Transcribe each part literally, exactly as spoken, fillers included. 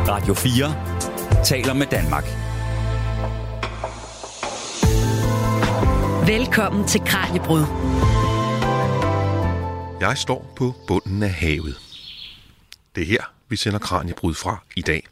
Radio fire taler med Danmark. Velkommen til Kraniebrud. Jeg står på bunden af havet. Det er her, vi sender Kraniebrud fra i dag.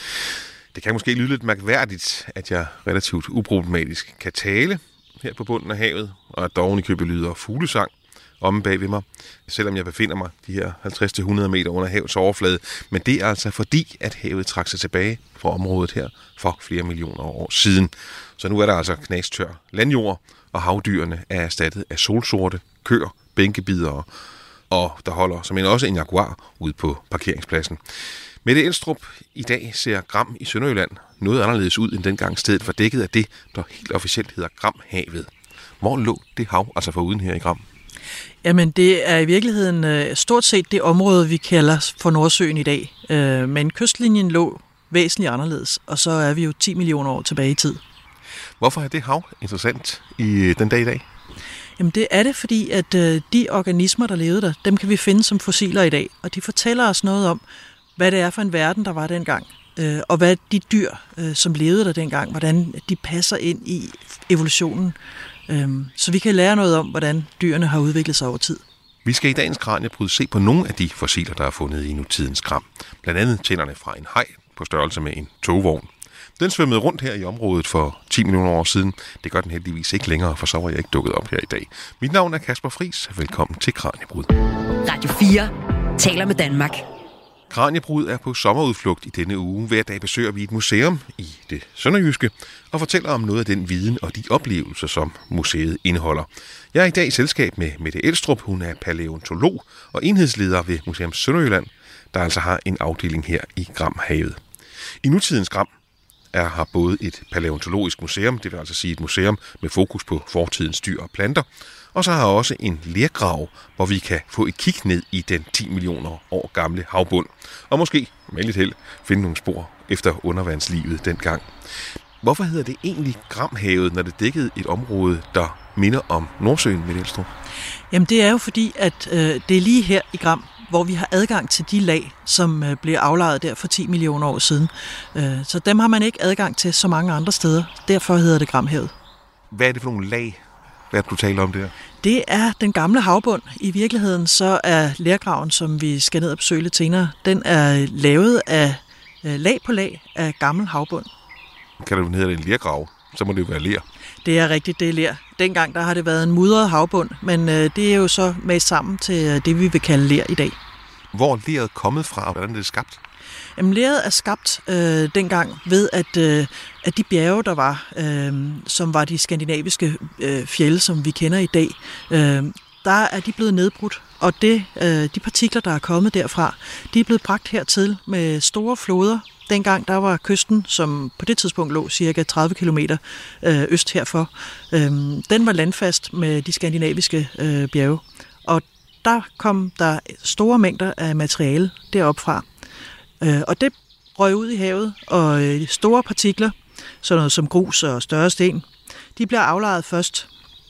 Det kan måske lyde lidt mærkværdigt, at jeg relativt uproblematisk kan tale her på bunden af havet, og at der oven i købet lyder fuglesang omme bag ved mig, selvom jeg befinder mig de her halvtreds til hundrede meter under havets overflade. Men det er altså fordi, at havet trak sig tilbage fra området her for flere millioner år siden. Så nu er der altså knastør landjord, og havdyrene er erstattet af solsorte, køer, bænkebidere, og der holder som en også en jaguar ude på parkeringspladsen. Mette Elstrup, i dag ser Gram i Sønderjylland noget anderledes ud, end dengang stedet var dækket af det, der helt officielt hedder Gramhavet. Hvor lå det hav, altså foruden her i Gram? Jamen, det er i virkeligheden øh, stort set det område, vi kalder for Nordsøen i dag. Øh, men kystlinjen lå væsentligt anderledes, og så er vi jo ti millioner år tilbage i tid. Hvorfor er det hav interessant i den dag i dag? Jamen, det er det, fordi at øh, de organismer, der levede der, dem kan vi finde som fossiler i dag. Og de fortæller os noget om, hvad det er for en verden, der var dengang. Øh, og hvad de dyr, øh, som levede der dengang, hvordan de passer ind i evolutionen. Øh, så vi kan lære noget om, hvordan dyrene har udviklet sig over tid. Vi skal i dagens Kraniebrud se på nogle af de fossiler, der er fundet i nutidens Gram. Blandt andet tænderne fra en haj på størrelse med en togvogn. Den svømmede rundt her i området for ti millioner år siden. Det gør den heldigvis ikke længere, for så var jeg ikke dukket op her i dag. Mit navn er Kasper Friis. Velkommen til Kraniebrud. Radio fire taler med Danmark. Kraniebrud er på sommerudflugt i denne uge. Hver dag besøger vi et museum i det sønderjyske og fortæller om noget af den viden og de oplevelser, som museet indeholder. Jeg er i dag i selskab med Mette Elstrup. Hun er palæontolog og enhedsleder ved Museum Sønderjylland, der altså har en afdeling her i Gramhavet. I nutidens Gram er her både et palæontologisk museum, det vil altså sige et museum med fokus på fortidens dyr og planter, og så har jeg også en lergrav, hvor vi kan få et kig ned i den ti millioner år gamle havbund, og måske med lidt held finde nogle spor efter undervandslivet dengang. Hvorfor hedder det egentlig Gramhavet, når det dækkede et område, der minder om Nordsøen, med Elstrup? Jamen, det er jo fordi, at øh, det er lige her i Gram, hvor vi har adgang til de lag, som øh, blev aflejet der for ti millioner år siden. Øh, så dem har man ikke adgang til så mange andre steder. Derfor hedder det Gramhavet. Hvad er det for nogle lag, hvad du taler om der? Det er den gamle havbund. I virkeligheden så er lergraven, som vi skal ned og besøge lidt senere, den er lavet af øh, lag på lag af gammel havbund. Kan det hedde en lergrav? Så må det jo være ler. Det er rigtigt, det er ler. Dengang der har det været en mudret havbund, men øh, det er jo så med sammen til øh, det, vi vil kalde ler i dag. Hvor er leret kommet fra, og hvordan er det skabt? Jamen, leret er skabt øh, dengang ved, at, øh, at de bjerge, der var, øh, som var de skandinaviske øh, fjelde, som vi kender i dag, øh, der er de blevet nedbrudt. Og det, øh, de partikler, der er kommet derfra, de er blevet bragt hertil med store floder. Dengang der var kysten, som på det tidspunkt lå cirka tredive kilometer øh, øst herfor, øh, den var landfast med de skandinaviske øh, bjerge. Og der kom der store mængder af materiale deroppe fra. Øh, og det røg ud i havet, og øh, store partikler, sådan noget som grus og større sten, de bliver aflejet først.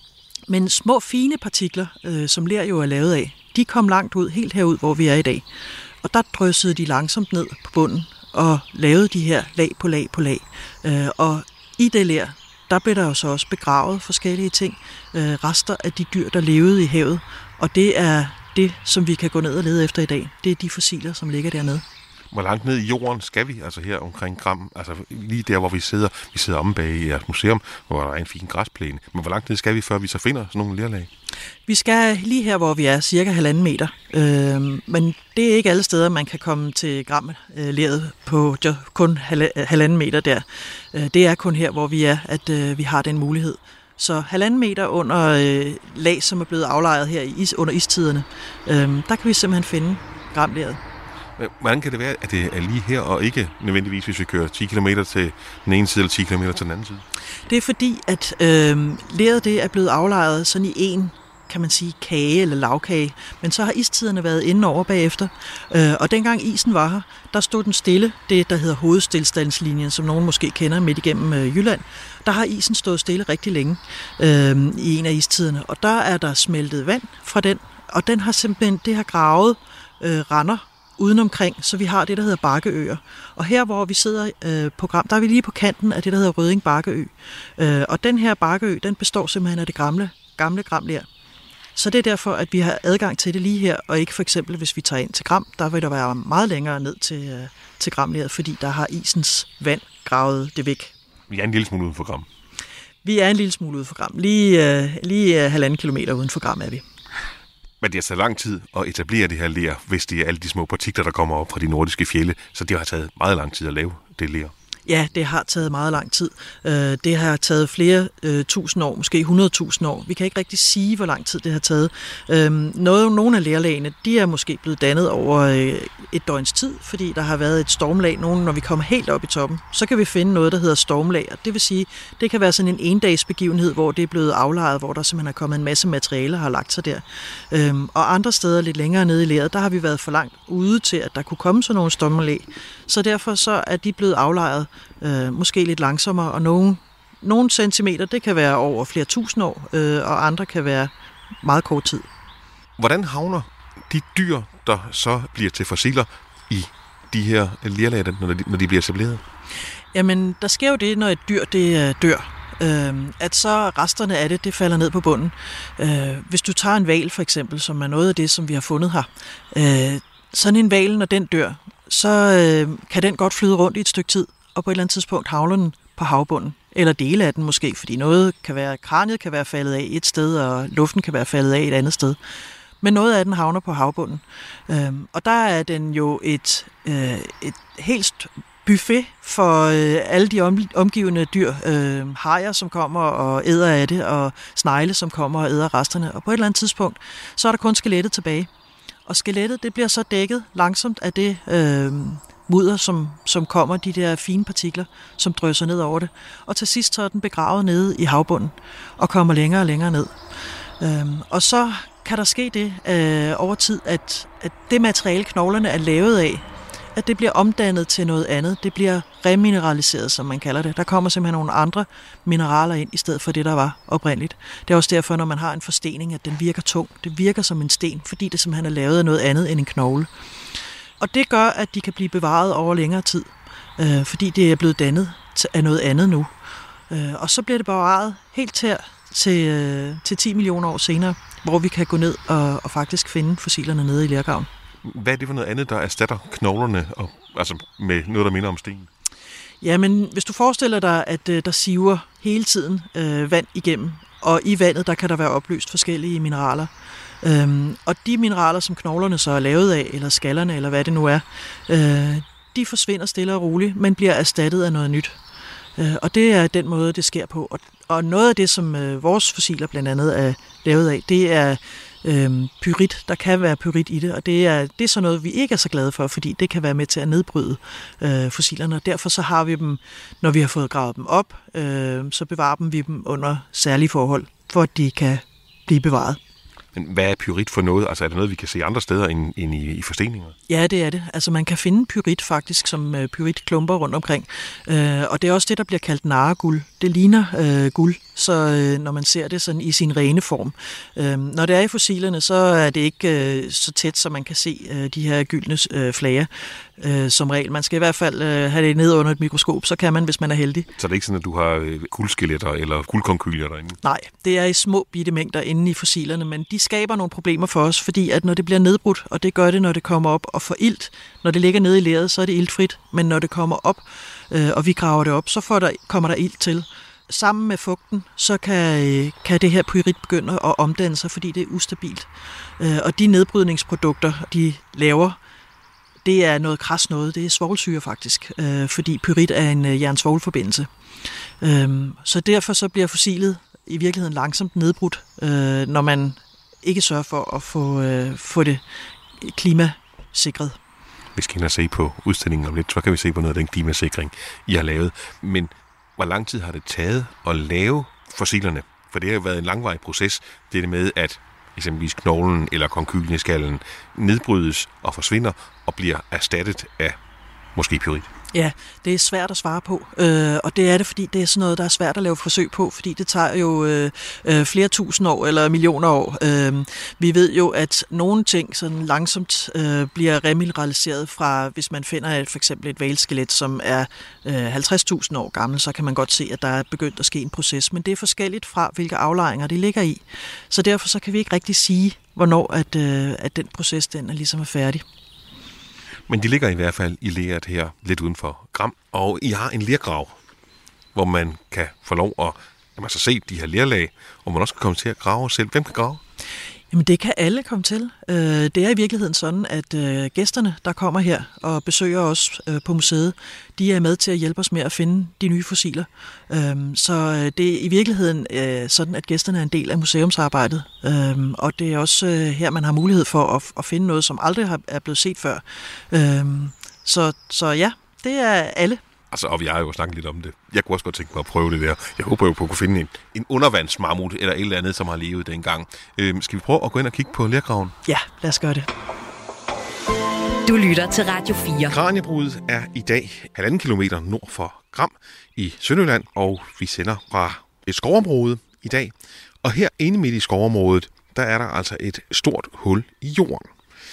Men små fine partikler, øh, som ler jo er lavet af, de kom langt ud, helt herud, hvor vi er i dag. Og der dryssede de langsomt ned på bunden og lavede de her lag på lag på lag. Øh, og i det ler, der blev der jo så også begravet forskellige ting, øh, rester af de dyr, der levede i havet. Og det er det, som vi kan gå ned og lede efter i dag. Det er de fossiler, som ligger dernede. Hvor langt ned i jorden skal vi, altså her omkring Gram, altså lige der, hvor vi sidder, vi sidder omme bag i jeres museum, hvor der er en fin græsplæne. Men hvor langt ned skal vi, før vi så finder sådan nogle lerlag? Vi skal lige her, hvor vi er, cirka halvanden meter. Øh, men det er ikke alle steder, man kan komme til Gram-leret på kun halvanden meter der. Øh, det er kun her, hvor vi er, at øh, vi har den mulighed. Så halvanden meter under øh, lag, som er blevet aflejret her i is, under istiderne, øh, der kan vi simpelthen finde Gram-leret. Hvordan kan det være, at det er lige her, og ikke nødvendigvis, hvis vi kører ti kilometer til den ene side, eller ti kilometer til den anden side? Det er fordi, at øh, leret det er blevet aflejret sådan i en, kan man sige, kage eller lavkage. Men så har istiderne været inde over bagefter. Øh, og dengang isen var her, der stod den stille. Det, der hedder hovedstilstandslinjen, som nogen måske kender midt igennem øh, Jylland. Der har isen stået stille rigtig længe øh, i en af istiderne. Og der er der smeltet vand fra den. Og den har simpelthen, det har gravet øh, render udenomkring, så vi har det, der hedder bakkeøer. Og her, hvor vi sidder øh, på Gram, der er vi lige på kanten af det, der hedder Rødding Bakkeø. Øh, og den her bakkeø, den består simpelthen af det gamle, gamle Gramler. Så det er derfor, at vi har adgang til det lige her, og ikke for eksempel, hvis vi tager ind til Gram, der vil der være meget længere ned til, øh, til Gramleret, fordi der har isens vand gravet det væk. Vi er en lille smule uden for Gram. Vi er en lille smule uden for Gram. Lige, øh, lige øh, halvanden kilometer uden for Gram er vi. Men det har taget lang tid at etablere det her ler, hvis det er alle de små partikler, der kommer op fra de nordiske fjelde, så det har taget meget lang tid at lave det ler. Ja, det har taget meget lang tid. Det har taget flere øh, tusind år, måske hundrede tusind år. Vi kan ikke rigtig sige, hvor lang tid det har taget. Noget, nogle af lerlagene, de er måske blevet dannet over øh, et døgns tid, fordi der har været et stormlag. Nogle, når vi kommer helt op i toppen, så kan vi finde noget, der hedder stormlager. Det vil sige, det kan være sådan en endags begivenhed, hvor det er blevet aflejret, hvor der simpelthen er kommet en masse materiale og har lagt sig der. Øhm, og andre steder lidt længere nede i leret, der har vi været for langt ude til, at der kunne komme sådan nogle stormlag. Så derfor så er de blevet aflejret øh, måske lidt langsommere, og nogle, nogle centimeter, det kan være over flere tusind år, øh, og andre kan være meget kort tid. Hvordan havner de dyr, der så bliver til fossiler, i de her lerlager, når de, når de bliver etableret? Jamen, der sker jo det, når et dyr det dør, øh, at så resterne af det, det falder ned på bunden. Øh, hvis du tager en hval for eksempel, som er noget af det, som vi har fundet her, øh, sådan en hval, når den dør, så øh, kan den godt flyde rundt i et stykke tid, og på et eller andet tidspunkt havner den på havbunden, eller dele af den måske, fordi noget kan være, kraniet kan være faldet af et sted, og luften kan være faldet af et andet sted. Men noget af den havner på havbunden. Øhm, og der er den jo et, øh, et helt buffet for øh, alle de om, omgivende dyr. Øh, hajer, som kommer og æder af det, og snegle, som kommer og æder resterne. Og på et eller andet tidspunkt, så er der kun skelettet tilbage. Og skelettet, det bliver så dækket langsomt af det øh, mudder, som, som kommer, de der fine partikler, som drøser ned over det. Og til sidst så er den begravet nede i havbunden, og kommer længere og længere ned. Øh, og så kan der ske det øh, over tid, at, at det materiale, knoglerne er lavet af, at det bliver omdannet til noget andet. Det bliver remineraliseret, som man kalder det. Der kommer simpelthen nogle andre mineraler ind, i stedet for det, der var oprindeligt. Det er også derfor, når man har en forstening, at den virker tung. Det virker som en sten, fordi det simpelthen er lavet af noget andet end en knogle. Og det gør, at de kan blive bevaret over længere tid, øh, fordi det er blevet dannet af noget andet nu. Øh, og så bliver det bevaret helt her til, øh, til ti millioner år senere, hvor vi kan gå ned og, og faktisk finde fossilerne nede i lergraven. Hvad er det for noget andet, der erstatter knoglerne, og, altså med noget, der minder om sten? Jamen, hvis du forestiller dig, at øh, der siver hele tiden øh, vand igennem, og i vandet, der kan der være opløst forskellige mineraler. Øhm, og de mineraler, som knoglerne så er lavet af, eller skallerne, eller hvad det nu er, øh, de forsvinder stille og roligt, men bliver erstattet af noget nyt. Øh, og det er den måde, det sker på. Og, og noget af det, som øh, vores fossiler blandt andet er lavet af, det er Øhm, pyrit. Der kan være pyrit i det, og det er, det er sådan noget, vi ikke er så glade for, fordi det kan være med til at nedbryde øh, fossilerne, og derfor så har vi dem, når vi har fået gravet dem op, øh, så bevarer vi dem under særlige forhold, for at de kan blive bevaret. Men hvad er pyrit for noget? Altså er det noget, vi kan se andre steder end, end i, i forsteninger? Ja, det er det. Altså man kan finde pyrit faktisk som øh, pyritklumper rundt omkring. Øh, og det er også det, der bliver kaldt narreguld. Det ligner øh, guld, så øh, når man ser det sådan i sin rene form. Øh, når det er i fossilerne, så er det ikke øh, så tæt, så man kan se øh, de her gyldne øh, flager øh, som regel. Man skal i hvert fald øh, have det ned under et mikroskop, så kan man, hvis man er heldig. Så det er ikke sådan, at du har øh, guldskeletter eller guldkonkylier derinde? Nej, det er i små bitte mængder inde i fossilerne, men de skaber nogle problemer for os, fordi at når det bliver nedbrudt, og det gør det, når det kommer op og får ilt, når det ligger nede i leret, så er det iltfrit, men når det kommer op, øh, og vi graver det op, så får der, kommer der ilt til. Sammen med fugten, så kan, øh, kan det her pyrit begynde at omdanne sig, fordi det er ustabilt. Øh, og de nedbrydningsprodukter, de laver, det er noget kras noget, det er svovlsyre faktisk, øh, fordi pyrit er en øh, jern-svovlforbindelse. Øh, så derfor så bliver fossilet i virkeligheden langsomt nedbrudt, øh, når man ikke sørger for at få, øh, få det klimasikret. Vi skal ind og se på udstillingen om lidt, så kan vi se på noget af den klimasikring, I har lavet. Men hvor lang tid har det taget at lave fossilerne? For det har jo været en langvarig proces, det med, at eksempelvis knoglen eller konkylen i skallen nedbrydes og forsvinder og bliver erstattet af måske pyrit. Ja, det er svært at svare på, øh, og det er det, fordi det er sådan noget, der er svært at lave forsøg på, fordi det tager jo øh, øh, flere tusind år eller millioner år. Øh, vi ved jo, at nogle ting sådan langsomt øh, bliver remineraliseret fra, hvis man finder et, for eksempel et hvalskelet, som er øh, halvtreds tusind år gammel, så kan man godt se, at der er begyndt at ske en proces, men det er forskelligt fra, hvilke aflejringer det ligger i. Så derfor så kan vi ikke rigtig sige, hvornår at, øh, at den proces den er ligesom er færdig. Men de ligger i hvert fald i leret her, lidt uden for Gram, og I har en lergrav, hvor man kan få lov at jamen, så se de her lerlag, og man også kan komme til at grave selv. Hvem kan grave? Jamen det kan alle komme til. Det er i virkeligheden sådan, at gæsterne, der kommer her og besøger os på museet, de er med til at hjælpe os med at finde de nye fossiler. Så det er i virkeligheden sådan, at gæsterne er en del af museumsarbejdet, og det er også her, man har mulighed for at finde noget, som aldrig er blevet set før. Så, så ja, det er alle. Altså, og vi har jo snakket lidt om det. Jeg kunne også godt tænke mig at prøve det der. Jeg håber jo på at kunne finde en, en undervandsmammut eller et eller andet, som har levet dengang. Øhm, skal vi prøve at gå ind og kigge på lergraven? Ja, lad os gøre det. Du lytter til Radio fire. Kraniebruddet er i dag halvanden kilometer nord for Gram i Sønderjylland, og vi sender fra et skovområde i dag. Og her inde midt i skovområdet, der er der altså et stort hul i jorden.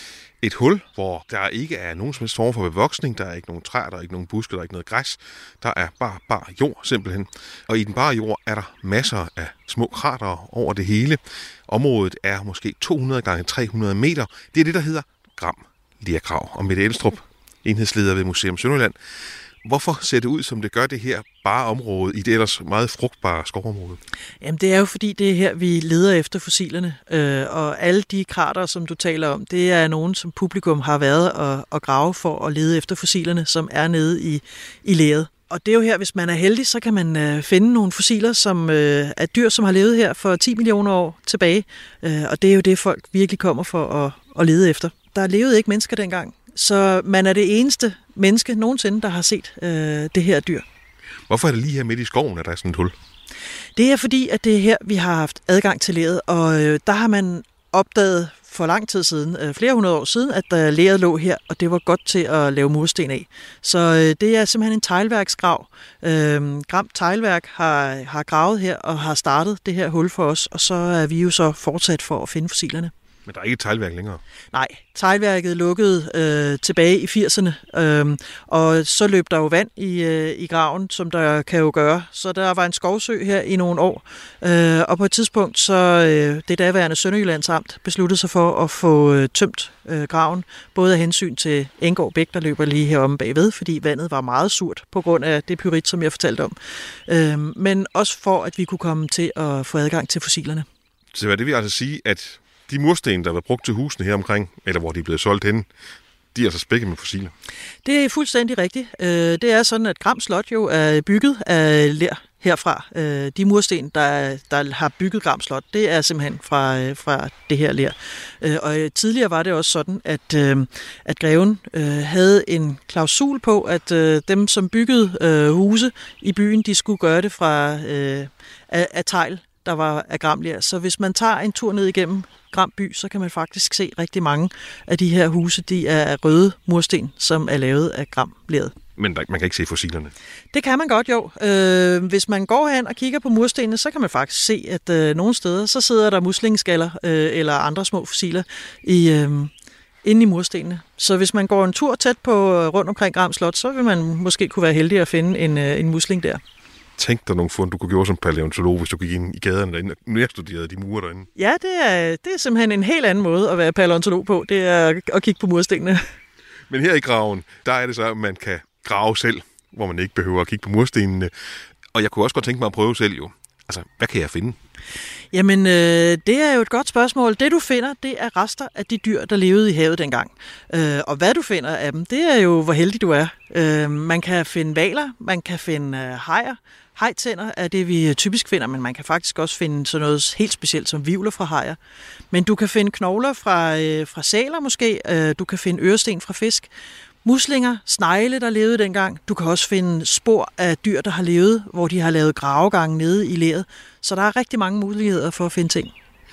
Et hul, hvor der ikke er nogen som helst form for bevoksning, der er ikke nogen træer, der er ikke nogen buske, der er ikke noget græs. Der er bare, bare jord simpelthen. Og i den bare jord er der masser af små kratere over det hele. Området er måske to hundrede gange tre hundrede meter. Det er det, der hedder Gram Lergrav. Og Mette Elstrup, enhedsleder ved Museum Sønderjylland. Hvorfor ser det ud, som det gør det her bare område i det ellers meget frugtbare skovområde? Jamen det er jo fordi, det er her, vi leder efter fossilerne. Øh, og alle de krater, som du taler om, det er nogen, som publikum har været og, og grave for at lede efter fossilerne, som er nede i, i leret. Og det er jo her, hvis man er heldig, så kan man øh, finde nogle fossiler, som øh, er dyr, som har levet her for ti millioner år tilbage. Øh, og det er jo det, folk virkelig kommer for at, at lede efter. Der levede ikke mennesker dengang. Så man er det eneste menneske nogensinde, der har set øh, det her dyr. Hvorfor er det lige her midt i skoven, at der er sådan et hul? Det er fordi, at det er her, vi har haft adgang til leret, og øh, der har man opdaget for lang tid siden, øh, flere hundrede år siden, at der leret lå her, og det var godt til at lave mursten af. Så øh, det er simpelthen en teglværksgrav. Øh, Gram Teglværk har, har gravet her og har startet det her hul for os, og så er vi jo så fortsat for at finde fossilerne. Men der er ikke et teglværk længere? Nej, teglværket lukkede øh, tilbage i firserne, øh, og så løb der jo vand i, øh, i graven, som der kan jo gøre. Så der var en skovsø her i nogle år, øh, og på et tidspunkt så øh, det daværende Sønderjyllands Amt besluttede sig for at få øh, tømt øh, graven, både af hensyn til Engård Bæk, der løber lige heromme bagved, fordi vandet var meget surt på grund af det pyrit, som jeg fortalte om, øh, men også for, at vi kunne komme til at få adgang til fossilerne. Så hvad det vil altså sige, at de mursten, der var brugt til husene her omkring, eller hvor de er blevet solgt henne, de er altså spækket med fossiler? Det er fuldstændig rigtigt. Det er sådan, at Gram Slot jo er bygget af ler herfra. De mursten, der, der har bygget Gram Slot, det er simpelthen fra, fra det her ler. Og tidligere var det også sådan, at, at greven havde en klausul på, at dem, som byggede huse i byen, de skulle gøre det fra af, af tegl, der var af Gramler. Så hvis man tager en tur ned igennem Gram by, så kan man faktisk se rigtig mange af de her huse, de er røde mursten, som er lavet af Gramleret. Men der, man kan ikke se fossilerne? Det kan man godt, jo. Øh, hvis man går hen og kigger på murstenene, så kan man faktisk se, at øh, nogle steder, så sidder der muslingeskaller øh, eller andre små fossiler i, øh, inde i murstenene. Så hvis man går en tur tæt på rundt omkring Gram Slot, så vil man måske kunne være heldig at finde en, øh, en musling der. Tænk dig nogle fund, du kunne gøre som palæontolog, hvis du gik ind i gaderne derinde og nærstuderede de mure derinde. Ja, det er, det er simpelthen en helt anden måde at være palæontolog på. Det er at kigge på murstenene. Men her i graven, der er det så, at man kan grave selv, hvor man ikke behøver at kigge på murstenene. Og jeg kunne også godt tænke mig at prøve selv jo. Altså, hvad kan jeg finde? Jamen, øh, det er jo et godt spørgsmål. Det du finder, det er rester af de dyr, der levede i havet dengang. Øh, og hvad du finder af dem, det er jo, hvor heldig du er. Øh, man kan finde hvaler, man kan finde øh, hajer. Hajtænder er det, vi typisk finder, men man kan faktisk også finde sådan noget helt specielt som hvirvler fra hajer. Men du kan finde knogler fra, øh, fra sæler måske, øh, du kan finde øresten fra fisk, muslinger, snegle, der levede dengang. Du kan også finde spor af dyr, der har levet, hvor de har lavet gravegange nede i leret. Så der er rigtig mange muligheder for at finde ting.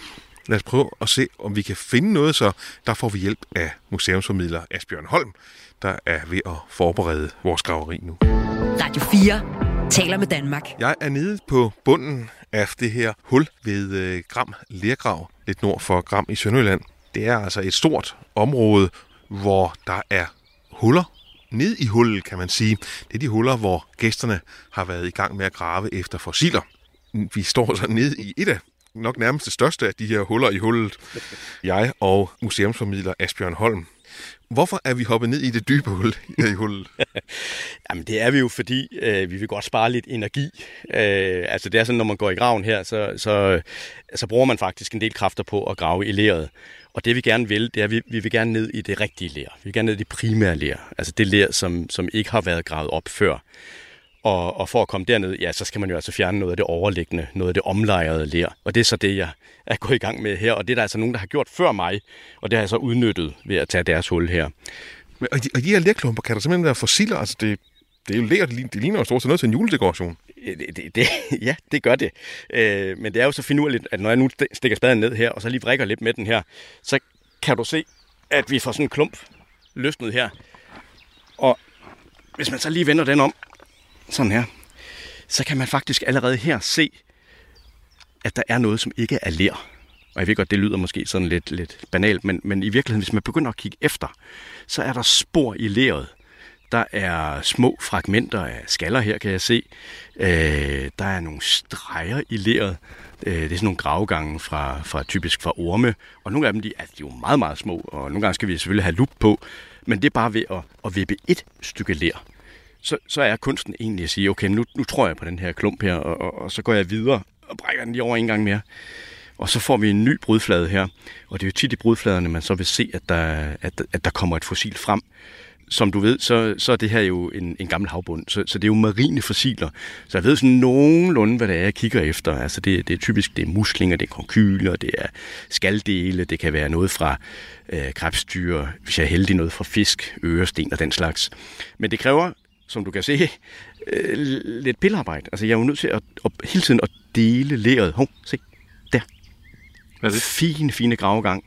Lad os prøve at se, om vi kan finde noget, så der får vi hjælp af museumsformidler Asbjørn Holm, der er ved at forberede vores graveri nu. Radio fire taler med Danmark. Jeg er nede på bunden af det her hul ved øh, Gram Lergrav, lidt nord for Gram i Sønderjylland. Det er altså et stort område, hvor der er huller. Ned i hullet, kan man sige. Det er de huller, hvor gæsterne har været i gang med at grave efter fossiler. Vi står så nede i et af nok nærmest det største af de her huller i hullet. Jeg og museumsformidler Asbjørn Holm. Hvorfor er vi hoppet ned i det dybe hul i hullet? Jamen det er vi jo, fordi øh, vi vil godt spare lidt energi. Øh, altså det er sådan, når man går i graven her, så, så, så bruger man faktisk en del kræfter på at grave i leret. Og det vi gerne vil, det er, at vi, vi vil gerne ned i det rigtige ler. Vi vil gerne ned i det primære ler. Altså det ler, som, som ikke har været gravet op før. Og, og for at komme derned, ja, så skal man jo altså fjerne noget af det overliggende, noget af det omlejrede ler. Og det er så det, jeg er gået i gang med her. Og det er der altså nogen, der har gjort før mig, og det har jeg så udnyttet ved at tage deres hul her. Men, og, de, og de her lerklumper, kan der simpelthen være fossiler? Altså det, det er jo ler, det ligner jo stort set noget til en juledekoration. Det, det, det, ja, det gør det. Øh, men det er jo så finurligt, at når jeg nu stikker spaden ned her, og så lige vrikker lidt med den her, så kan du se, at vi får sådan en klump løsnet her. Og hvis man så lige vender den om, sådan her, så kan man faktisk allerede her se, at der er noget, som ikke er ler. Og jeg ved godt, det lyder måske sådan lidt, lidt banalt, men, men i virkeligheden, hvis man begynder at kigge efter, så er der spor i leret. Der er små fragmenter af skaller her, kan jeg se. Øh, der er nogle streger i leret. Øh, det er sådan nogle gravgange fra, fra typisk fra orme. Og nogle af dem de er, de er jo meget, meget små, og nogle gange skal vi selvfølgelig have lup på. Men det er bare ved at, at vippe et stykke ler. Så, så er kunsten egentlig at sige, okay, nu, nu tror jeg på den her klump her, og, og, og så går jeg videre og brækker den lige over en gang mere. Og så får vi en ny brudflade her. Og det er jo tit i brudfladerne, man så vil se, at der, at, at der kommer et fossil frem. Som du ved, så, så er det her jo en, en gammel havbund, så, så det er jo marine fossiler. Så jeg ved sådan nogenlunde, hvad det er, jeg kigger efter. Altså det, det er typisk, det er muslinger, det er konkyler, det er skaldele, det kan være noget fra øh, krebsdyr, hvis jeg er heldig, noget fra fisk, øresten og den slags. Men det kræver, som du kan se, øh, lidt pillearbejde. Altså jeg er jo nødt til at, at hele tiden at dele leret. Hov, se, der. Hvad er det? Fine, fine gravegang,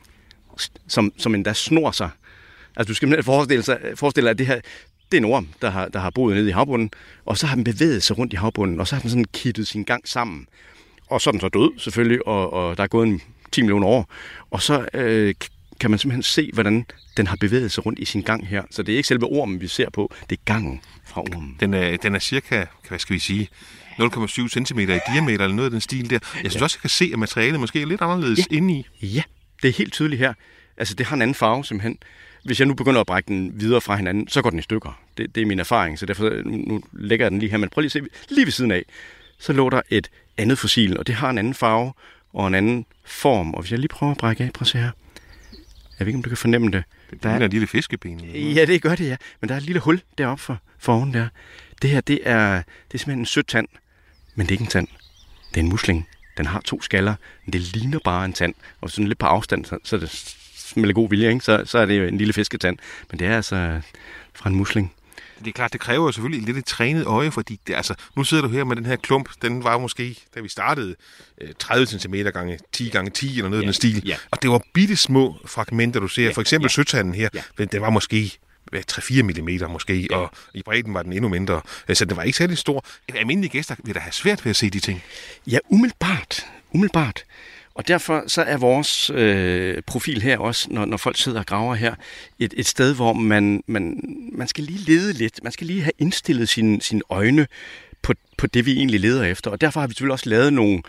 som, som endda snor sig. Altså du skal forestille sig, forestille dig, at det her, det er en orm, der har, der har boet nede i havbunden, og så har den bevæget sig rundt i havbunden, og så har den sådan kittet sin gang sammen. Og så er den så død selvfølgelig, og, og der er gået en ti millioner år. Og så øh, kan man simpelthen se, hvordan den har bevæget sig rundt i sin gang her. Så det er ikke selve ormen, vi ser på, det er gangen fra ormen. Den er, den er cirka, hvad skal vi sige, nul komma syv centimeter i diameter, eller noget af den stil der. Jeg synes ja. også, jeg kan se, at materialet måske er lidt anderledes ja. indeni. Ja, det er helt tydeligt her. Altså det har en anden farve simpelthen. Hvis jeg nu begynder at brække den videre fra hinanden, så går den i stykker. Det, det er min erfaring, så derfor nu, nu lægger jeg den lige her. Men prøv lige at se, lige ved siden af, så lå der et andet fossil, og det har en anden farve og en anden form. Og hvis jeg lige prøver at brække af, prøv at se her. Jeg ved ikke, om du kan fornemme det. Det er en lille fiskeben. Ja, det gør det, ja. Men der er et lille hul deroppe for, for oven der. Det her, det er, det er simpelthen en sød tand, men det er ikke en tand. Det er en musling. Den har to skaller, men det ligner bare en tand. Og sådan lidt på afstand, så, så er det med god vilje, ikke? Så, så er det jo en lille fisketand. Men det er altså fra en musling. Det er klart, det kræver jo selvfølgelig lidt et trænet øje, fordi det, altså, nu sidder du her med den her klump, den var måske, da vi startede, tredive centimeter gange ti gange ti eller noget ja, af den stil. Ja. Og det var bitte små fragmenter, du ser. Ja, for eksempel ja. søtanden her, ja. den var måske tre fire millimeter måske, ja. og i bredden var den endnu mindre. Så den var ikke særlig stor. Almindelige gæster vil da have svært ved at se de ting. Ja, umiddelbart. Umiddelbart. Og derfor så er vores øh, profil her også, når, når folk sidder og graver her, et, et sted, hvor man, man, man skal lige lede lidt. Man skal lige have indstillet sine, sine øjne på, på det, vi egentlig leder efter. Og derfor har vi selvfølgelig også lavet nogle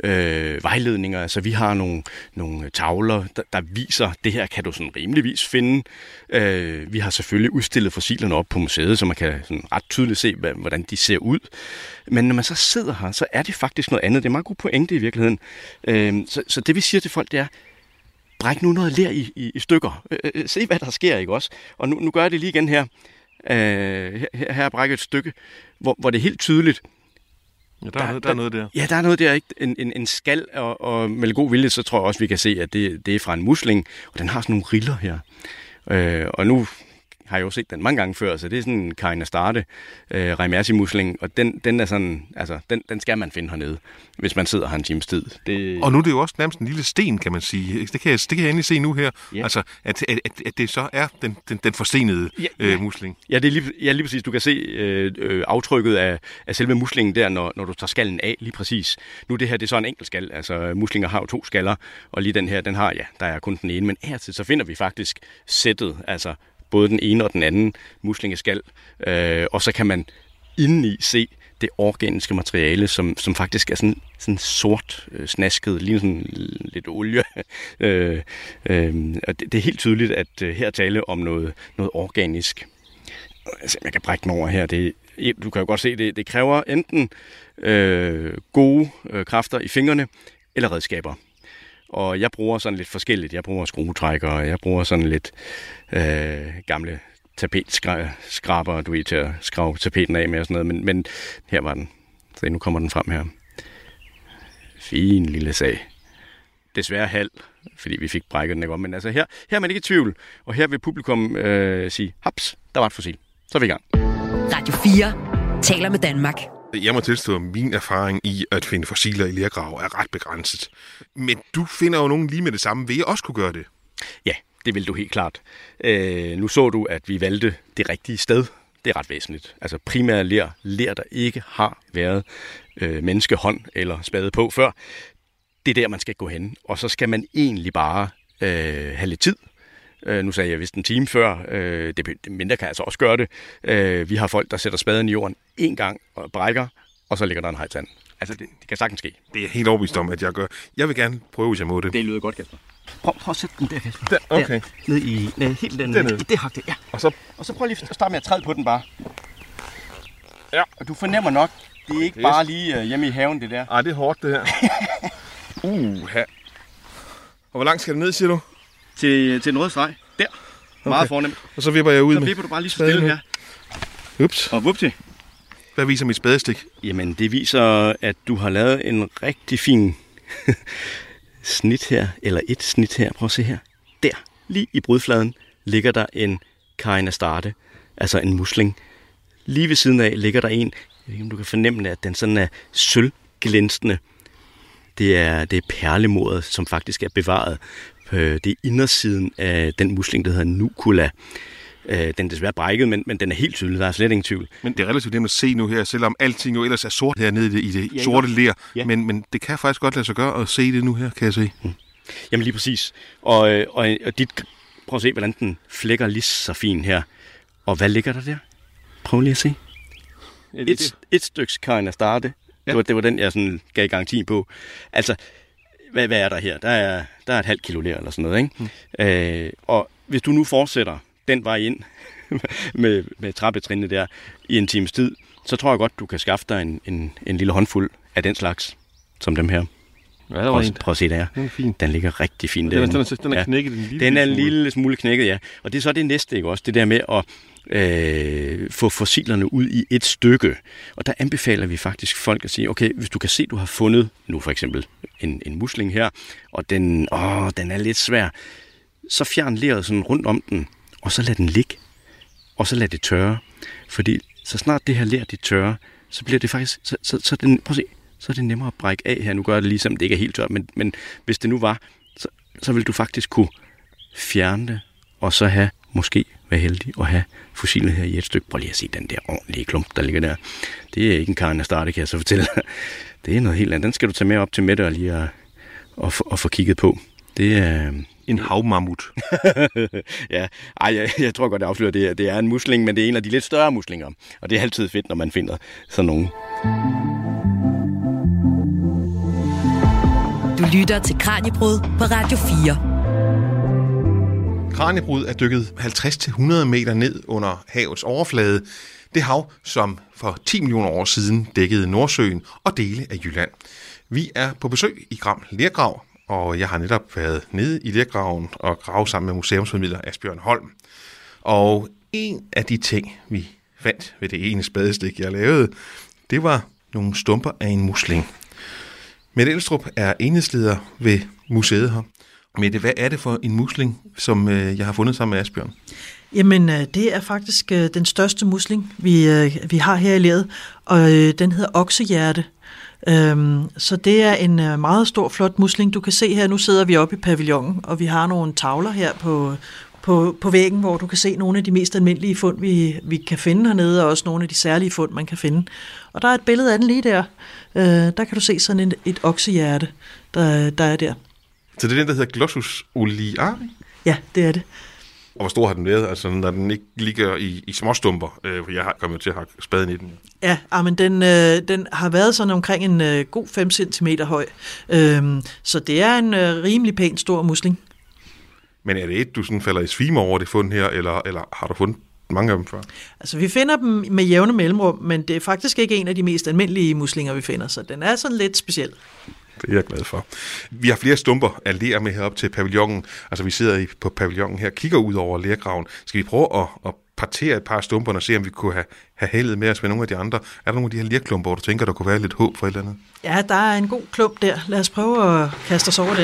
øh, vejledninger. Altså vi har nogle, nogle tavler, der, der viser, det her kan du sådan rimeligvis finde. Øh, vi har selvfølgelig udstillet fossilerne op på museet, så man kan sådan ret tydeligt se, hvordan de ser ud. Men når man så sidder her, så er det faktisk noget andet. Det er meget god pointe i virkeligheden. Øh, så, så det vi siger til folk, det er, bræk nu noget ler i, i, i stykker. Øh, se, hvad der sker, ikke også? Og nu, nu gør jeg det lige igen her. Øh, her, her er brækket et stykke, hvor, hvor det er helt tydeligt. Ja, der, er noget, der er noget der. Ja, der er noget der, ikke? En, en, en skal, og, og med god vilje, så tror jeg også, vi kan se, at det, det er fra en musling, og den har sådan nogle riller her. Øh, og nu har jeg jo set den mange gange før, så det er sådan en Carina Starte, øh, Reimersi-musling, og den, den er sådan, altså, den, den skal man finde hernede, hvis man sidder her en times tid. Det... Og nu er det jo også nærmest en lille sten, kan man sige. Det kan jeg, det kan jeg endelig se nu her, ja. Altså, at, at, at det så er den, den, den forstenede ja, ja. Øh, musling. Ja, det er lige, ja, lige præcis. Du kan se øh, øh, aftrykket af, af selve muslingen der, når, når du tager skallen af, lige præcis. Nu det her, det er så en enkelt skal, altså muslinger har jo to skaller, og lige den her, den har, ja, der er kun den ene, men hertil så finder vi faktisk sættet, altså både den ene og den anden muslingeskal, øh, og så kan man indeni se det organiske materiale, som, som faktisk er sådan, sådan sort, øh, snasket, lige sådan lidt olie. øh, øh, og det, det er helt tydeligt, at øh, her tale om noget, noget organisk. Altså, jeg kan brække den over her. Det, du kan jo godt se, det, det kræver enten øh, gode øh, kræfter i fingrene, eller redskaber. Og jeg bruger sådan lidt forskelligt. Jeg bruger skruetrækker, og jeg bruger sådan lidt øh, gamle tapetskraber, du ved, til at skrave tapeten af med og sådan noget. Men, men her var den. Så nu kommer den frem her. Fin lille sag. Desværre halv, fordi vi fik brækket den, ikke om. Men altså her, her er man ikke i tvivl. Og her vil publikum øh, sige, haps, der var et fossil. Så er vi i gang. Radio fire taler med Danmark. Jeg må tilstå, at min erfaring i at finde fossiler i lergrav er ret begrænset. Men du finder jo nogen lige med det samme. Vil jeg også kunne gøre det? Ja, det vil du helt klart. Øh, nu så du, at vi valgte det rigtige sted. Det er ret væsentligt. Altså primært ler, ler der ikke har været øh, menneskehånd eller spade på før. Det er der, man skal gå hen. Og så skal man egentlig bare øh, have lidt tid. Øh, nu sagde jeg vist en time før. Øh, det, det mindre kan altså også gøre det. Øh, vi har folk, der sætter spaden i jorden en gang og brækker, og så ligger der en hejtand. Altså, det, det kan sagtens ske. Det er jeg helt overbevist om, at jeg gør. Jeg vil gerne prøve, hvis jeg må det. Det lyder godt, Kasper. Prøv, prøv at sætte den der, Kasper. Der, okay. Der, ned i, ned, helt dernede. I det hak, det, ja. Og så, og så prøv lige at starte med at træde på den bare. Ja. Og du fornemmer nok, det er ikke yes. bare lige uh, hjemme i haven, det der. Ej, det er hårdt, det her. uh, her. Og hvor langt skal det ned, siger du? Til, til en rød streg. Der. Okay. Meget fornemt. Og så vipper jeg ud så med. Så vipper du bare lige så stille her. Ups. Og vupti. Hvad viser mit spadestik? Jamen, det viser, at du har lavet en rigtig fin snit her, eller et snit her. Prøv at se her. Der, lige i brudfladen, ligger der en Carina Starte, altså en musling. Lige ved siden af ligger der en, jeg ved ikke, om du kan fornemme, at den sådan er sølvglænsende. Det er, det er perlemoret, som faktisk er bevaret. Det er indersiden af den musling, der hedder nucula. Den er desværre brækket, men, men den er helt tydelig. Der er slet ingen tvivl. Men det er relativt nemt at se nu her, selvom alting jo ellers er sort hernede i det, i det ja, sorte ler. Ja. Men, men det kan faktisk godt lade sig gøre at se det nu her, kan jeg se. Hmm. Jamen lige præcis. Og, og, og dit, prøv at se, hvordan den flækker lige så fint her. Og hvad ligger der der? Prøv lige at se. Ja, et, et stykke Carina Starte. Ja. Det, var, det var den, jeg sådan gav garanti på. Altså, hvad, hvad er der her? Der er, der er et halvt kilo ler eller sådan noget, ikke? Hmm. Øh, og hvis du nu fortsætter den vej ind med, med trappetrinene der i en times tid, så tror jeg godt, du kan skaffe dig en, en, en lille håndfuld af den slags, som dem her. Ja, prøv, prøv at se der. Den, er den ligger rigtig fint. Den, den, er, den er knækket. Ja. En lille den er en lille smule knækket, ja. Og det er så det næste, ikke også? Det der med at øh, få fossilerne ud i et stykke. Og der anbefaler vi faktisk folk at sige, okay, hvis du kan se, du har fundet nu for eksempel en, en musling her, og den, åh, den er lidt svær, så fjern leret sådan rundt om den, og så lad den ligge, og så lad det tørre. Fordi så snart det her ler, det tørre, så bliver det faktisk, så, så, så, den, prøv at se, så er det nemmere at brække af her. Nu gør jeg det ligesom, det ikke er helt tørt, men, men hvis det nu var, så, så vil du faktisk kunne fjerne det, og så have, måske være heldig, at have fossilet her i et stykke. Prøv lige at se den der ordentlige klump, der ligger der. Det er ikke en Carina Starte, kan jeg så fortælle. Det er noget helt andet. Den skal du tage med op til Mette og lige at, og, og få kigget på. Det er en havmammut. Ja, ej, jeg, jeg tror godt, det afslører, det, det er en musling, men det er en af de lidt større muslinger. Og det er altid fedt, når man finder sådan nogle. Du lytter til Kraniebrud på Radio fire. Kraniebrud er dykket halvtreds til hundrede meter ned under havets overflade. Det hav, som for ti millioner år siden dækkede Nordsøen og dele af Jylland. Vi er på besøg i Gram Lergrav, og jeg har netop været nede i lergraven og gravet sammen med museumsformidler Asbjørn Holm. Og en af de ting, vi fandt ved det ene spadestik, jeg lavede, det var nogle stumper af en musling. Mette Elstrup er enhedsleder ved museet her. Mette, hvad er det for en musling, som jeg har fundet sammen med Asbjørn? Jamen, det er faktisk den største musling, vi, vi har her i leret, og den hedder oksehjerte. Så det er en meget stor, flot musling. Du kan se her, nu sidder vi oppe i pavillonen, og vi har nogle tavler her på, på, på væggen, hvor du kan se nogle af de mest almindelige fund, vi, vi kan finde hernede, og også nogle af de særlige fund, man kan finde. Og der er et billede af den lige der. Der kan du se sådan et, et oksehjerte, der, der er der. Så det er den, der hedder Glossus oleari? Ja, det er det. Og hvor stor har den været, altså når den ikke ligger i, i småstumper? Øh, for jeg har kommet til at hakke spaden i den. Ja, men den, øh, den har været sådan omkring en øh, god fem centimeter høj. Øhm, så det er en øh, rimelig pæn stor musling. Men er det et, du sådan falder i svime over det fund her, eller, eller har du fundet mange af dem før? Altså, vi finder dem med jævne mellemrum, men det er faktisk ikke en af de mest almindelige muslinger, vi finder, så den er sådan lidt speciel. Det er jeg glad for. Vi har flere stumper af ler med herop til pavillonen. Altså, vi sidder på pavillonen her og kigger ud over lergraven. Skal vi prøve at, at partere et par af stumperne og se, om vi kunne have, have heldet med os med nogle af de andre? Er der nogle af de her lerklumper, hvor du tænker, der kunne være lidt håb for et eller andet? Ja, der er en god klump der. Lad os prøve at kaste os over den.